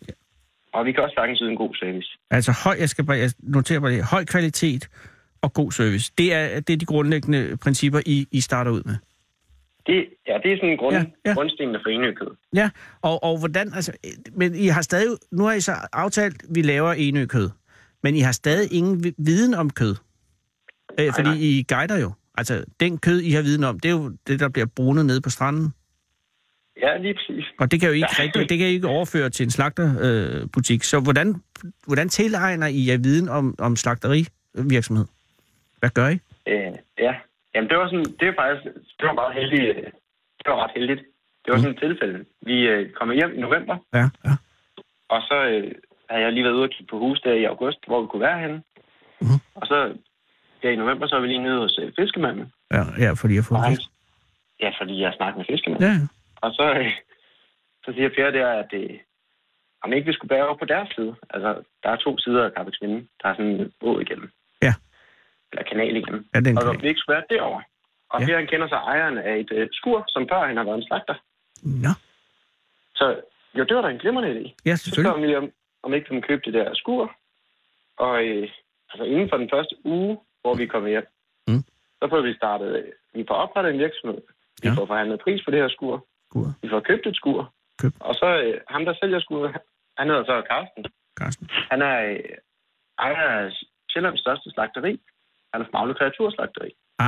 H: Og vi kan også sagtens yde en god service.
E: Altså, jeg noterer bare det. Høj kvalitet og god service. Det er de grundlæggende principper, I starter ud med.
H: Det er sådan en grundsten for enøkød.
E: Ja, og hvordan, altså, men I har stadig, nu har I så aftalt, at vi laver enøkød, men I har stadig ingen viden om kød. Fordi nej. I guider jo. Altså, den kød, I har viden om, det er jo det, der bliver brunet nede på stranden.
H: Ja, lige præcis.
E: Og det kan jo ikke det kan I ikke overføre til en slagterbutik. Så hvordan tilegner I jer viden om slagterivirksomhed? Hvad gør I?
H: Jamen, det var bare heldigt. Det var ret heldigt. Det var sådan et tilfælde. Vi kom hjem i november.
E: Ja.
H: Og så havde jeg lige været ude og kigge på hus der i august, hvor vi kunne være henne. Og så i november, så er vi lige nede hos fiskemanden.
E: Ja, fordi jeg får fisk.
H: Ja, fordi jeg snakker med fiskemanden.
E: Ja.
H: Og så siger Per der, at om ikke vi skulle bære over på deres side. Altså, der er 2 sider af Karrebæksminde. Der er sådan en båd igennem.
E: Ja.
H: Eller kanal igennem.
E: Ja,
H: og så vi ikke skulle være derovre. Og Per, han kender sig ejeren af et skur, som før han har været en slagter.
E: Nå.
H: Så jo, det var der en glimrende idé.
E: Ja, selvfølgelig.
H: Så kom vi om ikke vi kunne købe det der skur. Og altså inden for den første uge, hvor vi kom hjem, så får vi startet, vi får oprettet en virksomhed. Vi får forhandlet pris på det her skur. Vi får købt et skur. Og så ham, der sælger skuret, han hedder så Carsten. Han er ejer af Sjællands største slagteri. Han er fra Magle Kreaturslagteri.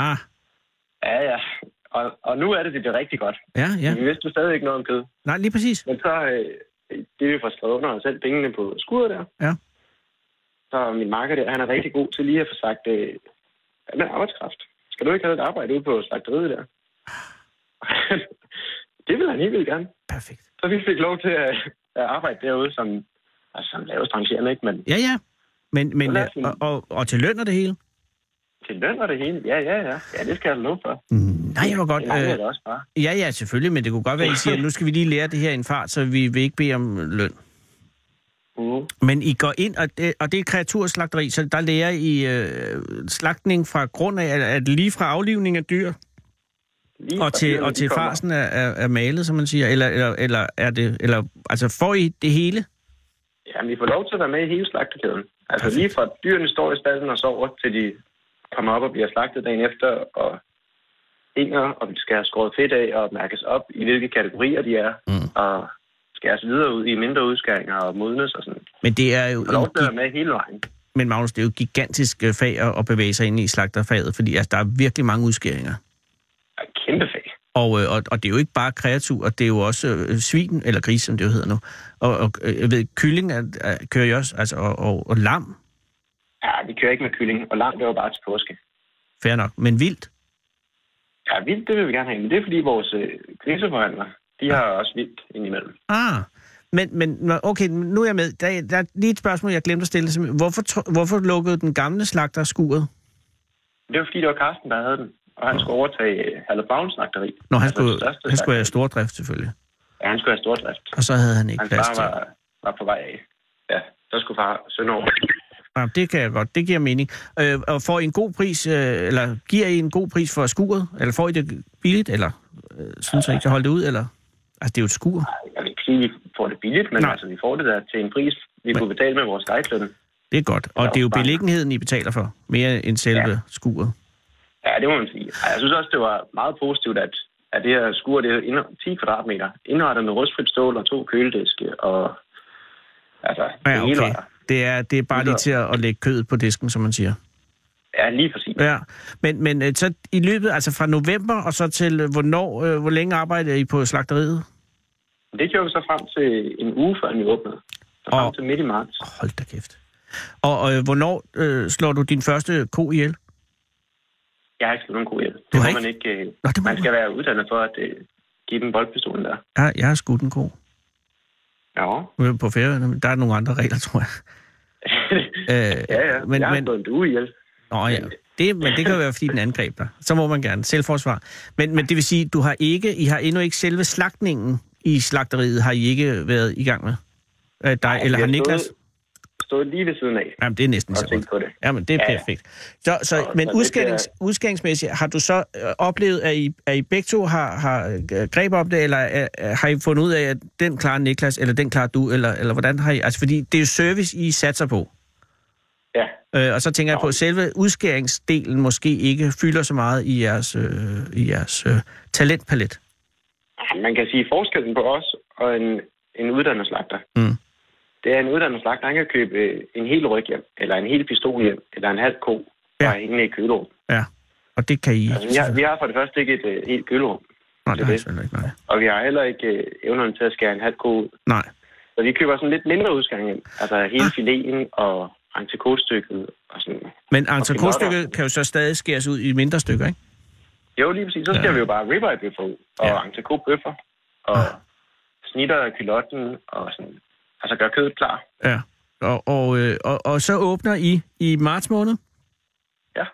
H: Ja. Og nu er det rigtig godt.
E: Ja.
H: Vi vidste stadig ikke noget om kød.
E: Nej, lige præcis.
H: Men så det vi får skrevet under og selv pengene på skuret der.
E: Ja.
H: Så min marker der, han er rigtig god til lige at få sagt, med arbejdskraft. Skal du ikke have et arbejde ude på slagteriet der? Det vil han helt vildt gerne.
E: Perfekt.
H: Så vi fik lov til at arbejde derude som lavestrangerende, ikke? Men,
E: ja. Men og til løn og det hele?
H: Til løn og det hele? Ja. Ja, det skal jeg love for.
E: Nej, hvor godt.
H: Det også bare.
E: Ja, selvfølgelig, men det kunne godt være, at I siger, at nu skal vi lige lære det her i en fart, så vi vil ikke bede om løn. Men I går ind, og det er kreaturslagteri, så der lærer I slagtning fra grund af, at lige fra aflivning af dyr, og til farsen er malet, som man siger, eller er det, eller altså får I det hele?
H: Ja, vi får lov til at være med i hele slagtekæden. Altså perfekt. Lige fra dyrene står i stalden og sover, til de kommer op og bliver slagtet dagen efter, og hænger, og vi skal have skåret fedt af og mærkes op i hvilke kategorier de er, og skæres videre ud i mindre udskæringer og modnes og sådan. Men det er jo lov til at være med hele vejen. Men
E: Magnus, det er jo et gigantisk fag at bevæge sig ind i slagterfaget, fordi altså, der er virkelig mange udskæringer.
H: Det er et kæmpe fag.
E: Og det er jo ikke bare kreatur, det er jo også svin, eller gris, som det jo hedder nu. Og jeg ved, kylling kører I også, altså, og lam?
H: Ja, vi kører ikke med kylling, og lam, det var bare til påske.
E: Fair nok, men vildt?
H: Ja, vildt, det vil vi gerne have, men det er fordi vores griseforhandlere, de har også vildt indimellem.
E: Men okay, nu er jeg med. Der er lige et spørgsmål, jeg glemte at stille. Hvorfor lukkede den gamle slagter skuret?
H: Det var fordi, det var Carsten, der havde den. Og han skulle overtage Herluf Bavns slagteri.
E: Nå, han skulle have stordrift, selvfølgelig.
H: Ja, han skulle have stordrift.
E: Og så havde han ikke plads til.
H: Han var på vej af. Ja, så skulle far søn over.
E: Ja, det kan jeg godt. Det giver mening. Og får I en god pris, eller giver I en god pris for skuret? Eller får I det billigt, eller synes I ikke, at holde det ud, eller? Altså, det er jo et skur.
H: Jeg vil ikke sige, at vi får det billigt, men altså, vi får det der til en pris, vi kunne betale med vores guideløn.
E: Det er godt. Og det er jo beliggenheden, I betaler for, mere end selve skuret.
H: Ja, det må man sige. Jeg synes også, det var meget positivt, at det her skur, det er 10 kvadratmeter, indrettet med rustfrit stål og 2 kølediske, og altså, det hele var.
E: Det er bare lige til at lægge kødet på disken, som man siger.
H: Ja, lige præcis.
E: Ja, men så i løbet, altså fra november og så til hvor længe arbejder I på slagteriet?
H: Det gjorde vi så frem til en uge, før vi åbnede. Så frem til midt i marts.
E: Hold da kæft. Og hvornår slår du din første ko ihjel?
H: Jeg har ikke skudt nogen ko ihjel. Det må man ikke. Man skal være uddannet for at give dem boldpistolen der.
E: Ja, jeg har skudt en ko.
H: Ja.
E: På Færøerne, der er nogle andre regler, tror jeg.
H: Ja. Jeg har slået en due ihjel.
E: Nå ja, men det kan jo være, fordi den angreb dig. Så må man gerne. Selvforsvar. Men det vil sige, I har endnu ikke selve slagtningen i slagteriet, har I ikke været i gang med?
H: Nej,
E: eller har Niklas
H: stået lige ved siden af.
E: Jamen, det er næsten så godt. Jamen, det er perfekt. Men udskæringsmæssigt, har du så oplevet, at I begge to har greb om det, eller har I fundet ud af, at den klarer Niklas, eller den klarer du, eller hvordan har I... Altså, fordi det er jo service, I satser på.
H: Ja.
E: Og så tænker jeg på, at selve udskæringsdelen måske ikke fylder så meget i jeres talentpalet.
H: Man kan sige, forskellen på os og en uddannet slagter. Det er en uddannet slagter, han kan købe en hel ryg hjem, eller en hel pistol hjem, eller en halv ko, fra inde i kølerum. Ja,
E: og det kan I...
H: Altså, vi har for det første ikke et helt kølerum.
E: Nej, det har jeg ikke, nej.
H: Og vi har heller ikke evnerne til at skære en halv ko ud.
E: Nej.
H: Så vi køber sådan lidt mindre udskæring hjem. Altså hele fileten og entrecôte-stykket og sådan.
E: Men entrecôte-stykket kan jo så stadig skæres ud i mindre stykker, ikke?
H: Jo, lige præcis. Så skal vi jo bare ribeye-bøffer ud, og entrecôte-bøffer, og snitter af kylotten, og sådan... Altså gør kødet klar. Ja. Og så åbner I marts måned?
E: Ja.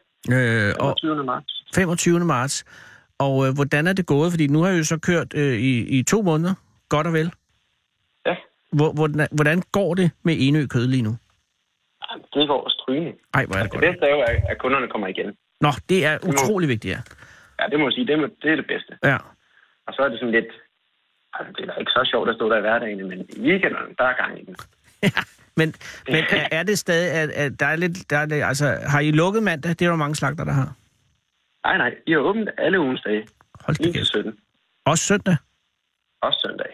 H: 25. marts.
E: 25. marts. Og hvordan er det gået? Fordi nu har I jo så kørt i 2 måneder. Godt og vel.
H: Ja.
E: Hvordan går det med Enø kød lige nu?
H: Det går strygende.
E: Ej, hvor er det godt.
H: Det bedste er jo, at kunderne kommer igen.
E: Nå, det er utrolig vigtigt, ja.
H: Ja, det må jeg sige. Det er det bedste.
E: Ja.
H: Og så er det sådan lidt... Altså, det er ikke så sjovt at stå der i hverdagen, men i weekenderne, der er gang i den.
E: Ja, men er det stadig, at der er lidt... altså, har I lukket mandag? Det er jo mange slagter, der har.
H: Nej. I har åbent alle ugens dage.
E: Hold da
H: 9-17.
E: Også søndag?
H: Også søndag.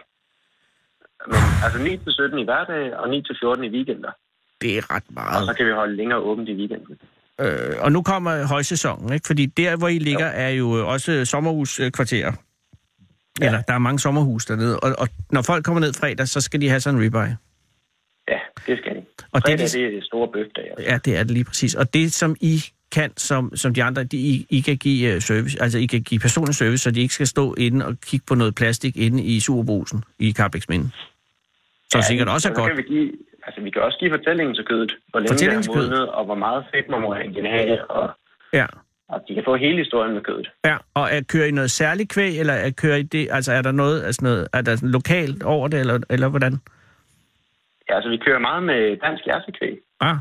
H: Men altså 9-17 i hverdag, og 9-14 i weekender.
E: Det er ret meget.
H: Og så kan vi holde længere åbent i weekenden.
E: Og nu kommer højsæsonen, ikke? Fordi der, hvor I ligger, er jo også sommerhuskvarterer. Ja. Eller der er mange sommerhus dernede, og når folk kommer ned fredag, så skal de have sådan en ribeye.
H: Ja, det skal de.
E: Og
H: fredag det er store bøfdag. Altså.
E: Ja, det er det lige præcis. Og det, som I kan, som de andre, I kan give service, altså I kan give personlig service, så de ikke skal stå inde og kigge på noget plastik inde i Superbrugsen i Karlbæksminde. Så sikkert også er godt.
H: Vi kan også give fortællingen til kødet, hvor længe det er modnet, og hvor meget fedtmarmorering den har, og de kan få hele historien med kødet.
E: Ja, og kører I noget særligt kvæg, eller kører I det, altså er der noget, er der lokalt over det, eller hvordan?
H: Ja, altså vi kører meget med dansk jersekvæg,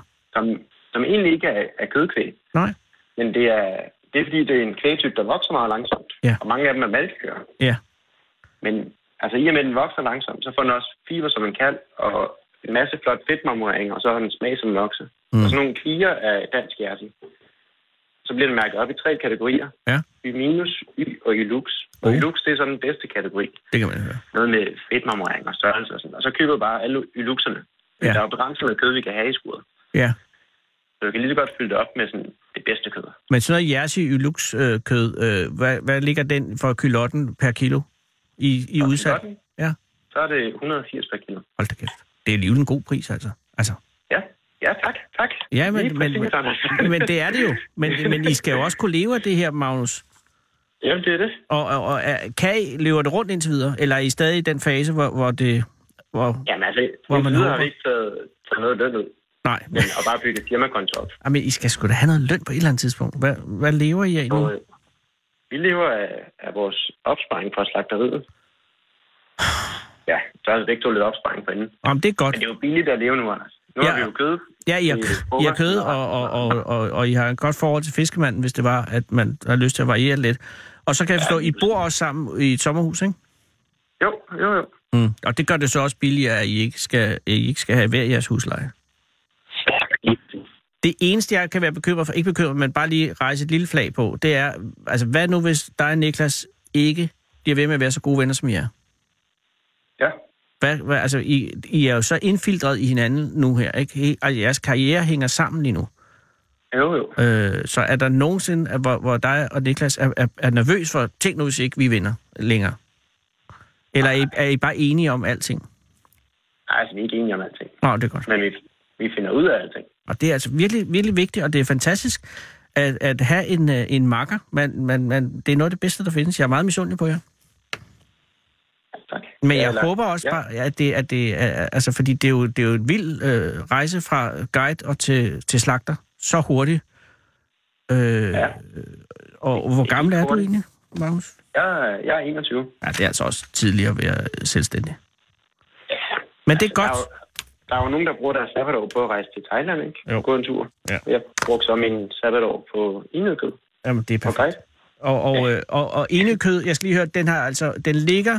H: som egentlig ikke er kødkvæg.
E: Nej.
H: Men det er fordi, det er en kvægtype, der vokser meget langsomt, og mange af dem er malkekøer. Ja. Men altså i og med, at den vokser langsomt, så får den også fiber som en kalv, og en masse flot fedtmarmorering, og så har den smag som en okse. Og sådan nogle kvier af dansk jerse. Så bliver den mærket op i 3 kategorier. Ja. Y-, Y og Y-lux. Og Y-lux, det er sådan den bedste kategori.
E: Det kan man høre.
H: Noget med fedtmarmorering og størrelse og sådan. Og så køber vi bare alle Y-luxerne. Ja. Der er jo begrænset med kød, vi kan have i skuret. Ja. Så vi kan lige så godt fylde det op med sådan det bedste kød. Men sådan noget Jersey Y-lux kød, hvad ligger den for kylotten per kilo i udsat? Ja. Så er det 180 per kilo. Hold da kæft. Det er alligevel en god pris, altså. Ja, tak. Ja, men det er det jo. Men I skal jo også kunne leve af det her, Magnus. Ja, det er det. Og lever det rundt indtil videre? Eller er I stadig i den fase, hvor det... Jamen altså, hvor man har vi ikke taget noget løn ud. Nej. Men og bare bygge firmakonto op. Jamen, I skal sgu da have noget løn på et eller andet tidspunkt. Hvad lever I af nu? Vi lever af vores opsparing fra slagteriet. Ja, så er det ikke lidt opsparing på inden. Jamen, det er godt. Men det er jo billigt at leve nu, Anders. Nu har vi jo kød. Ja, I har kød, og I har et godt forhold til fiskemanden, hvis det var, at man har lyst til at variere lidt. Og så kan jeg forstå, I bor også sammen i et sommerhus, ikke? Jo. Og det gør det så også billigere, at I ikke skal have hver jeres husleje. Det eneste, jeg kan være bekymret for, ikke bekymret, men bare lige rejse et lille flag på, det er, altså hvad nu, hvis dig og Niklas ikke bliver ved med at være så gode venner, som I er? Ja. Altså, I er jo så indfiltret i hinanden nu her, ikke? Altså, jeres karriere hænger sammen lige nu. Jo. Så er der nogensinde, hvor dig og Niklas er nervøs for, tænk nu, hvis ikke vi vinder længere? Eller er I bare enige om alting? Nej, altså, vi er ikke enige om alting. Nå, det er godt. Men vi finder ud af alting. Og det er altså virkelig, virkelig vigtigt, og det er fantastisk,
E: At have en makker, det er noget af det bedste, der findes. Jeg er meget misundelig på jer.
H: Tak.
E: Men jeg håber også bare, at det er, altså, fordi det er jo et vild rejse fra guide og til slagter så hurtigt. Og hvor gammel er du egentlig, Magnus?
H: Jeg er 21.
E: Ja, det er altså også tidligere at være selvstændig. Ja. Men det er godt.
H: Der er jo nogen, der bruger deres sabbatår på at rejse til Thailand, ikke?
E: Jo.
H: Gå en tur. Ja. Jeg brugte så min sabbatår på enøkød.
E: Jamen, det er perfekt. Og enøkød, jeg skal lige høre, den ligger...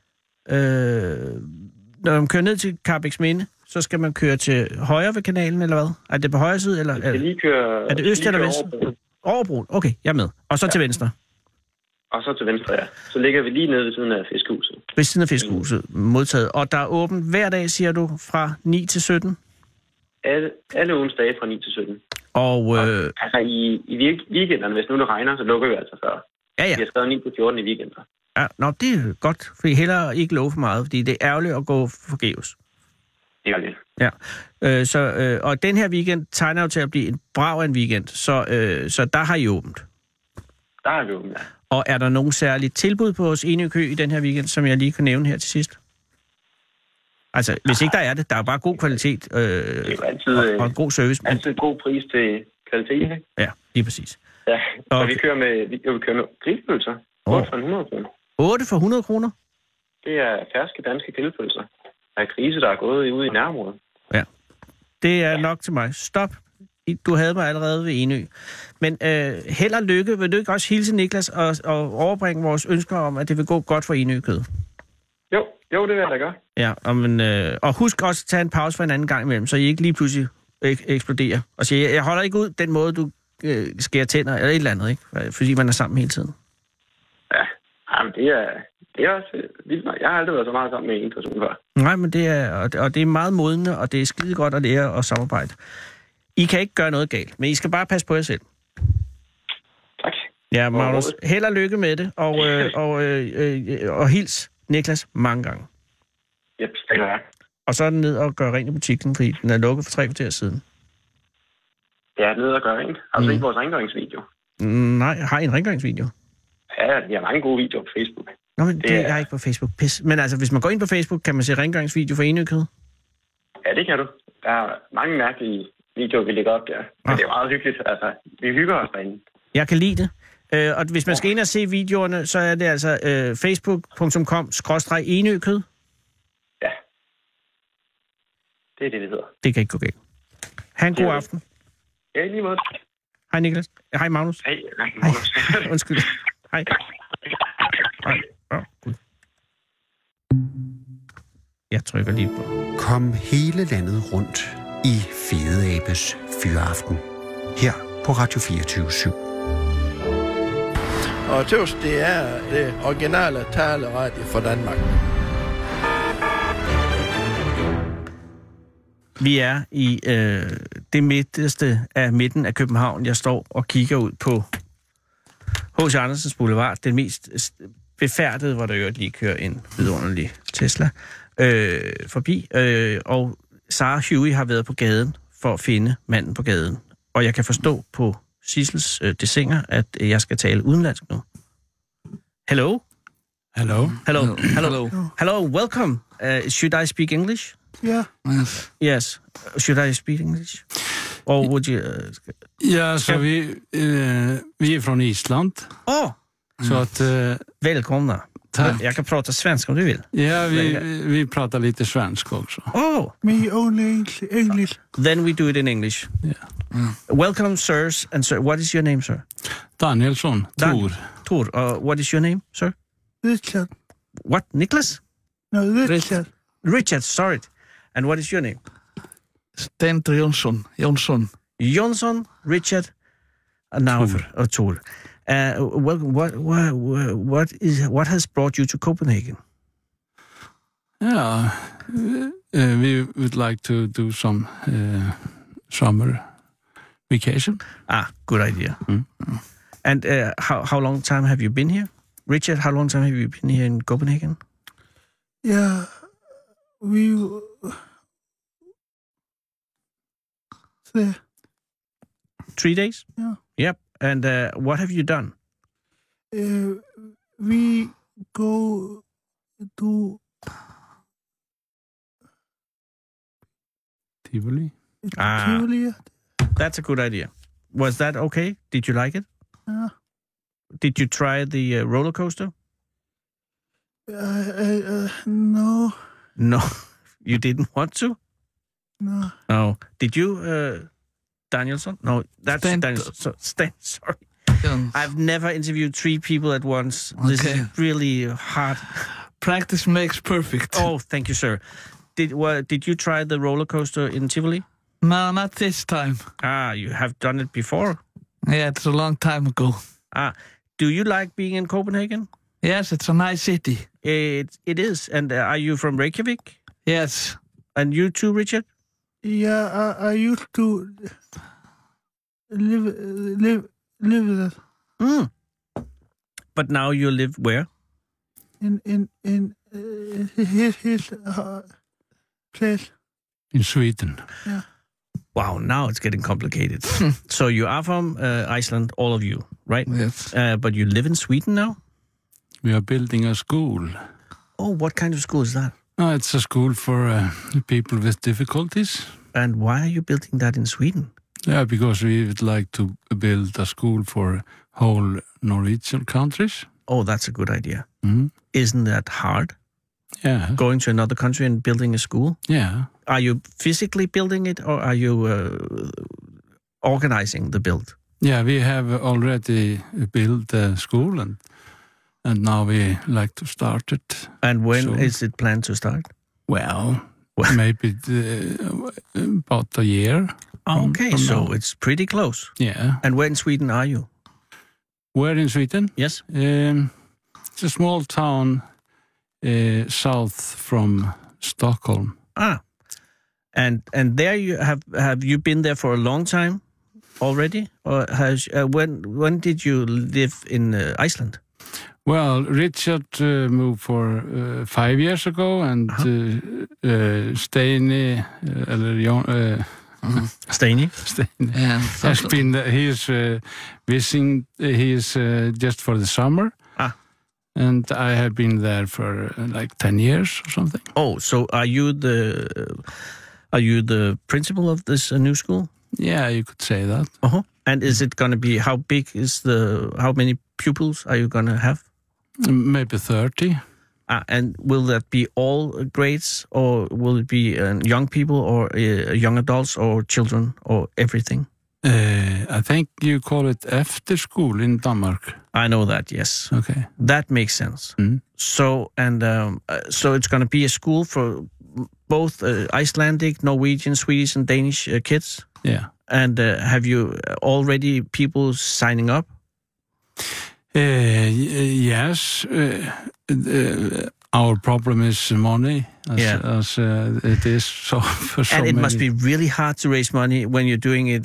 E: når man kører ned til Karrebæksminde, så skal man køre til højre ved kanalen, eller hvad? Er det på højre side, eller... Er det øst eller vest? Overbroen. Okay, jeg er med. Og så til venstre?
H: Og så til venstre, ja. Så ligger vi lige nede ved siden af fiskehuset.
E: Ved siden af fiskehuset, modtaget. Og der er åbent hver dag, siger du, fra 9 til 17?
H: Alle ugens dage fra 9 til 17.
E: Og
H: altså i weekenderne, hvis nu det regner, så lukker vi altså før. Ja. Vi har skrevet 9 til 14 i weekender.
E: Ja, det er godt, for hellere ikke love for meget, fordi det er ærgerligt at gå forgæves.
H: Det er det.
E: Ja, og den her weekend tegner jo til at blive en brav en weekend, så der har I åbent.
H: Der har vi åbent, ja.
E: Og er der nogen særligt tilbud på hos Enøkø i den her weekend, som jeg lige kan nævne her til sidst? Altså, hvis ikke der er det, der er bare god kvalitet
H: det er jo altid,
E: og en god service.
H: Altid god pris til kvalitet, ikke?
E: Ja, lige præcis.
H: Ja, og vi kører med grillpølser. 8 for 100 kroner. 8
E: for 100 kroner?
H: Det er ferske danske grillpølser. Der er grise, der er gået ud i nærområdet.
E: Ja, det er nok til mig. Stop. Du havde mig allerede ved Enø. Men held og lykke. Vil du ikke også hilse Niklas og overbringe vores ønsker om, at det vil gå godt for Enø-kød?
H: Jo, det vil jeg da gøre.
E: Ja, og husk også at tage en pause for en anden gang imellem, så I ikke lige pludselig eksploderer. Og siger, jeg holder ikke ud den måde, du skærer tænder, eller et eller andet, ikke? Fordi man er sammen hele tiden.
H: Ja, jamen det er også vildt nok. Jeg har aldrig været så meget sammen med en person før.
E: Nej, men det er meget modende, og det er skide godt at lære og samarbejde. I kan ikke gøre noget galt, men I skal bare passe på jer selv.
H: Tak.
E: Ja, Magnus, held og lykke med det, og hils Niklas mange gange.
H: Yep, det gør jeg.
E: Og så er den ned og gør rent i butikken, fordi den er lukket for 3 kvarter siden.
H: Ja, ned og gør rent. Altså ikke vores rengøringsvideo.
E: Nej, har I en rengøringsvideo?
H: Ja, vi har mange gode videoer på Facebook.
E: Nå, men det er ikke på Facebook. Pis. Men altså, hvis man går ind på Facebook, kan man se rengøringsvideo for Enø-kød?
H: Ja, det kan du. Der er mange mærkelige videoer, vi lægger op der. Men det er meget hyggeligt. Altså, vi hygger os derinde. Jeg kan lide det. Og hvis man skal ind og se videoerne, så er det altså facebook.com/enøkød. Ja. Det er det hedder. Det kan ikke gå galt. Ha' en god aften. Ja, lige måde. Hej Niklas. Hej Magnus. Hej Magnus. Undskyld. Hej. Hej. Jeg trykker lige på.
C: Kom hele landet rundt i Fede Abes Fyraften. Her på Radio 24/7.
I: Og tøvs, det er det originale taleradio for Danmark.
E: Vi er i det midterste af midten af København. Jeg står og kigger ud på H.C. Andersens Boulevard, den mest befærdede, hvor der jo lige kører en vidunderlig Tesla forbi. Og Sarah Huey har været på gaden for at finde manden på gaden. Og jeg kan forstå på Sissels desinger, at jeg skal tale udenlandsk nu. Hello?
J: Hello.
E: Hello. Hello. Hello. Welcome. Should I speak English?
J: Yeah.
E: Yes. Should I speak English? Or would you...
J: Ja, så vi är från Island. Så att...
E: Välkomna. Tack. Jag kan prata svenska om du vill.
J: Ja, vi pratar lite svenska också.
K: Me only English.
E: Then we do it in English.
J: Yeah.
E: Welcome, sirs. And sir, what is your name, sir?
J: Danielsson.
E: Tor. What is your name, sir?
K: Richard.
E: What? Nicholas?
K: No, Richard.
E: Richard, sorry. And what is your name?
I: Sten Jonsson.
E: Jonsson, Richard, and now Tor. What has brought you to Copenhagen?
J: Yeah, we would like to do some summer vacation.
E: Good idea. And how long time have you been here? Richard, how long time have you been here in Copenhagen?
K: Yeah,
E: 3 days?
K: Yeah.
E: Yep. And what have you done?
K: We go to
J: Tivoli.
K: Tivoli.
E: That's a good idea. Was that okay? Did you like it?
K: Yeah.
E: Did you try the roller coaster?
K: No.
E: No, you didn't want to?
K: No.
E: No. Did you, Danielson? No, that's Danielson. Sorry. I've never interviewed 3 people at once. Okay. This is really hard.
L: Practice makes perfect.
E: Oh, thank you, sir. Did you try the roller coaster in Tivoli?
L: No, not this time.
E: You have done it before?
L: Yeah, it's a long time ago.
E: Do you like being in Copenhagen?
L: Yes, it's a nice city.
E: It is. And are you from Reykjavik?
L: Yes.
E: And you too, Richard?
K: Yeah, I used to live there.
E: But now you live where?
K: In his place.
J: In Sweden.
K: Yeah.
E: Wow, now it's getting complicated. So you are from Iceland, all of you, right?
L: Yes.
E: But you live in Sweden now?
J: We are building a school.
E: Oh, what kind of school is that?
J: It's a school for people with difficulties.
E: And why are you building that in Sweden?
J: Yeah, because we would like to build a school for whole Norwegian countries.
E: Oh, that's a good idea.
J: Mm-hmm.
E: Isn't that hard?
J: Yeah.
E: Going to another country and building a school?
J: Yeah.
E: Are you physically building it or are you organizing the build?
J: Yeah, we have already built the school and now we like to start it.
E: And when is it planned to start?
J: Well, maybe about a year.
E: Okay,
J: from
E: so
J: now.
E: it's pretty close.
J: Yeah.
E: And where in Sweden are you?
J: Where in Sweden?
E: Yes.
J: It's a small town south from Stockholm.
E: And there you have you been there for a long time already, or when did you live in Iceland?
J: Well, Richard moved for 5 years ago, and Steini,
E: Steini
J: has been. He is visiting. He is just for the summer. And I have been there for like 10 years or something.
E: Oh, so are you the principal of this new school?
J: Yeah, you could say that.
E: And is it going to be, how many pupils are you going to have?
J: Maybe 30.
E: And will that be all grades, or will it be young people or young adults or children or everything?
J: I think you call it efterskole in Denmark.
E: I know that, yes.
J: Okay.
E: That makes sense. Mm-hmm. So it's going to be a school for both Icelandic, Norwegian, Swedish, and Danish kids?
J: Yeah.
E: And have you already people signing up?
J: Yes. Our problem is money, as it is so for so many.
E: And it must be really hard to raise money when you're doing it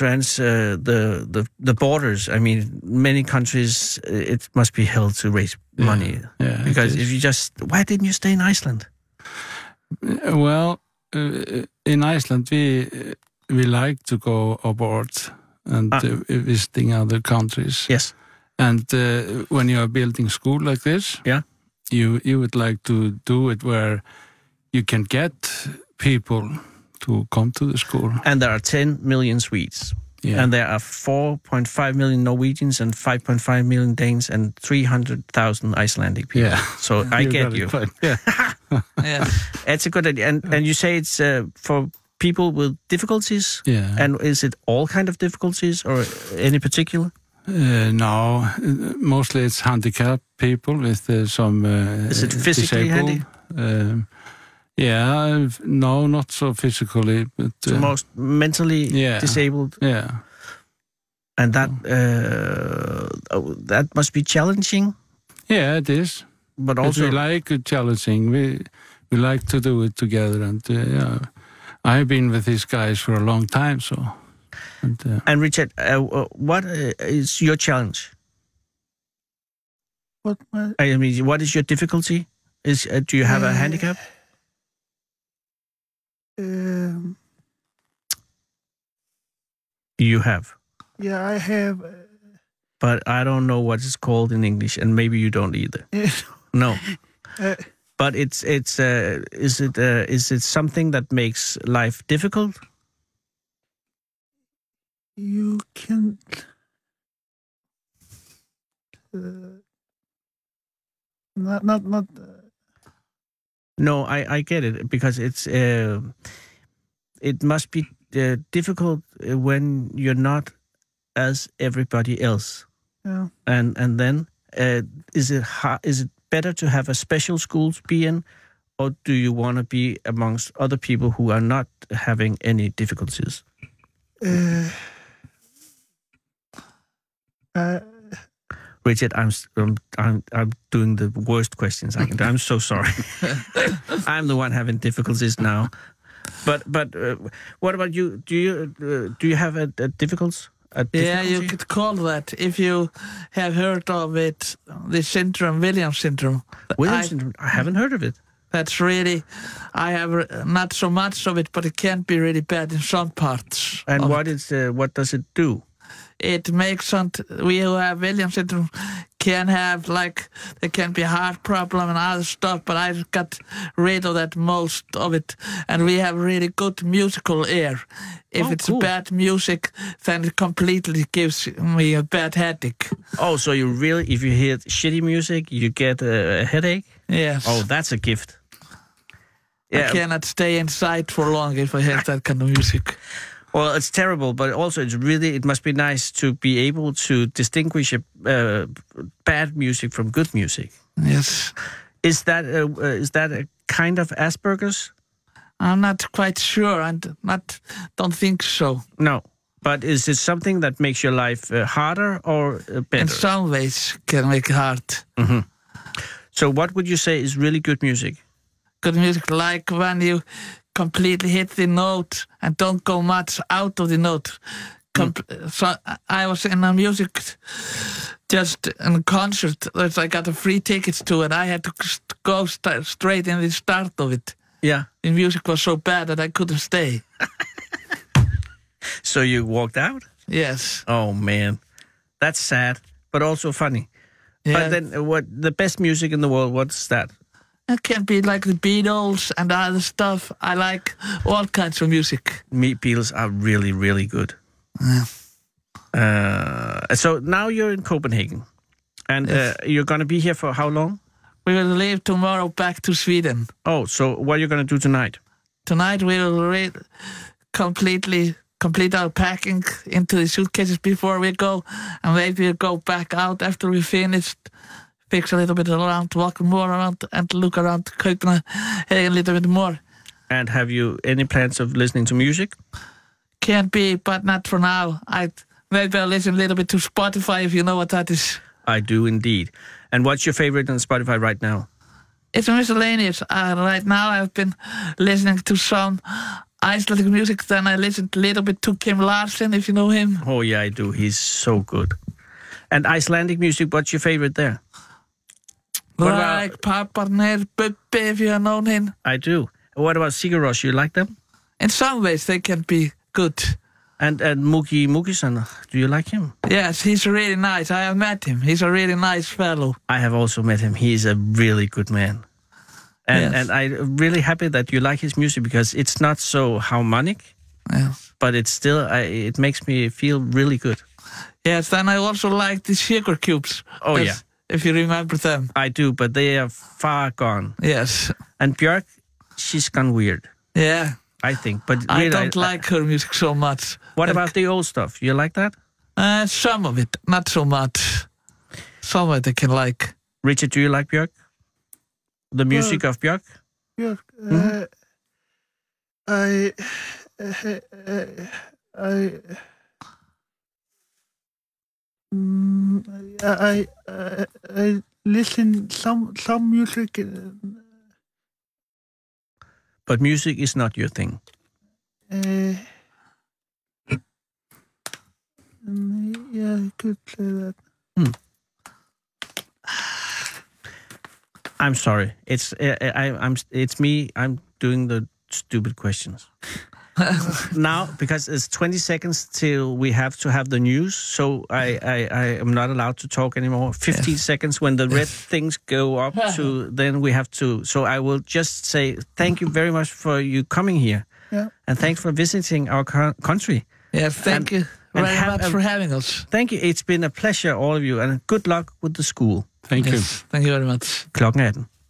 E: the borders. I mean, many countries, it must be hell to raise money.
J: Yeah,
E: because if you why didn't you stay in Iceland?
J: Well, in Iceland, we like to go abroad and visiting other countries.
E: Yes.
J: And when you are building school like this, you would like to do it where you can get people to come to the school.
E: And there are 10 million Swedes. Yeah. And there are 4.5 million Norwegians and 5.5 million Danes and 300,000 Icelandic people. Yeah. So I get you.
J: Yeah.
L: Yeah.
E: It's a good idea. And you say it's for people with difficulties?
J: Yeah.
E: And is it all kind of difficulties or any particular?
J: No, mostly it's handicapped people with some
E: is it physically handy?
J: Yeah, no, not so physically, but
E: so most mentally disabled.
J: Yeah,
E: and that must be challenging.
J: Yeah, it is.
E: But also,
J: we like challenging. We like to do it together, and I've been with these guys for a long time, so.
E: And Richard, what is your challenge? I mean, what is your difficulty? Do you have a handicap? You have.
K: Yeah, I have.
E: But I don't know what it's called in English, and maybe you don't either. No. But is it something that makes life difficult?
K: You can. Not.
E: No, I get it, because it must be difficult when you're not as everybody else.
K: Yeah.
E: And then is it better to have a special school to be in, or do you want to be amongst other people who are not having any difficulties? Richard, I'm doing the worst questions I can do. I'm so sorry. I'm the one having difficulties now. But what about you? Do you have a difficulties?
L: Yeah, you could call that, if you have heard of it, the syndrome, Williams syndrome.
E: Williams syndrome? I haven't heard of it.
L: That's really, I have not so much of it, but it can be really bad in some parts.
E: And what does it do?
L: It makes we who have Williams syndrome can have, like, there can be a heart problem and other stuff, but I got rid of that, most of it, and we have really good musical ear. If it's cool. Bad music, then it completely gives me a bad headache.
E: Oh, so if you hear shitty music, you get a headache?
L: Yes.
E: Oh, that's a gift.
L: Yeah. I cannot stay inside for long if I hear that kind of music.
E: Well, it's terrible, but also it must be nice to be able to distinguish bad music from good music.
L: Yes.
E: Is that a kind of Asperger's?
L: I'm not quite sure. Don't think so.
E: No. But is it something that makes your life harder or better?
L: In some ways, can make it hard.
E: Mm-hmm. So what would you say is really good music?
L: Good music, like when you completely hit the note and don't go much out of the note. So I was in a music, just in a concert that I got a free tickets to, and I had to go straight in the start of it.
E: Yeah.
L: The music was so bad that I couldn't stay.
E: So you walked out?
L: Yes.
E: Oh, man. That's sad, but also funny. Yeah. But then the best music in the world, what's that?
L: It can be like the Beatles and other stuff. I like all kinds of music.
E: Beatles are really, really good.
L: Yeah.
E: So now you're in Copenhagen. And yes. You're going to be here for how long?
L: We will leave tomorrow back to Sweden.
E: Oh, so what are you going to do tonight?
L: Tonight we will complete our packing into the suitcases before we go. And maybe we'll go back out after we finished. Fix a little bit around, walk more around, and look around Copenhagen a little bit more.
E: And have you any plans of listening to music?
L: Can be, but not for now. Maybe I'll listen a little bit to Spotify, if you know what that is.
E: I do indeed. And what's your favorite on Spotify right now?
L: It's miscellaneous. Right now I've been listening to some Icelandic music. Then I listened a little bit to Kim Larsen, if you know him.
E: Oh yeah, I do. He's so good. And Icelandic music, what's your favorite there?
L: Like Paparnir, Bubbi, if you have known him.
E: I do. What about Sigur Rós? You like them?
L: In some ways, they can be good.
E: And Múgi Múgisson, do you like him?
L: Yes, he's really nice. I have met him. He's a really nice fellow.
E: I have also met him. He's a really good man. And I'm really happy that you like his music, because it's not so harmonic, but it's still, it makes me feel really good.
L: Yes, then I also like the Sugar Cubes.
E: Oh, yeah.
L: If you remember them.
E: I do, but they are far gone.
L: Yes.
E: And Björk, she's gone weird.
L: Yeah.
E: I think. But
L: really, I don't like her music so much.
E: What about the old stuff? You like that?
L: Some of it, not so much. Some of it I can like.
E: Richard, do you like Björk? The music of Björk?
K: Björk, I listen some music.
E: But music is not your thing.
K: Yeah, I could say that.
E: I'm sorry. It's me. I'm doing the stupid questions. Now, because it's 20 seconds till we have to have the news, so I am not allowed to talk anymore. 15 seconds when the red things go up to, then we have to. So I will just say thank you very much for you coming here. Yeah. And thanks for visiting our country.
L: Yeah, thank you very much for having us.
E: Thank you. It's been a pleasure, all of you, and good luck with the school.
J: Thank you.
L: Thank you very much.
E: Klokken 18.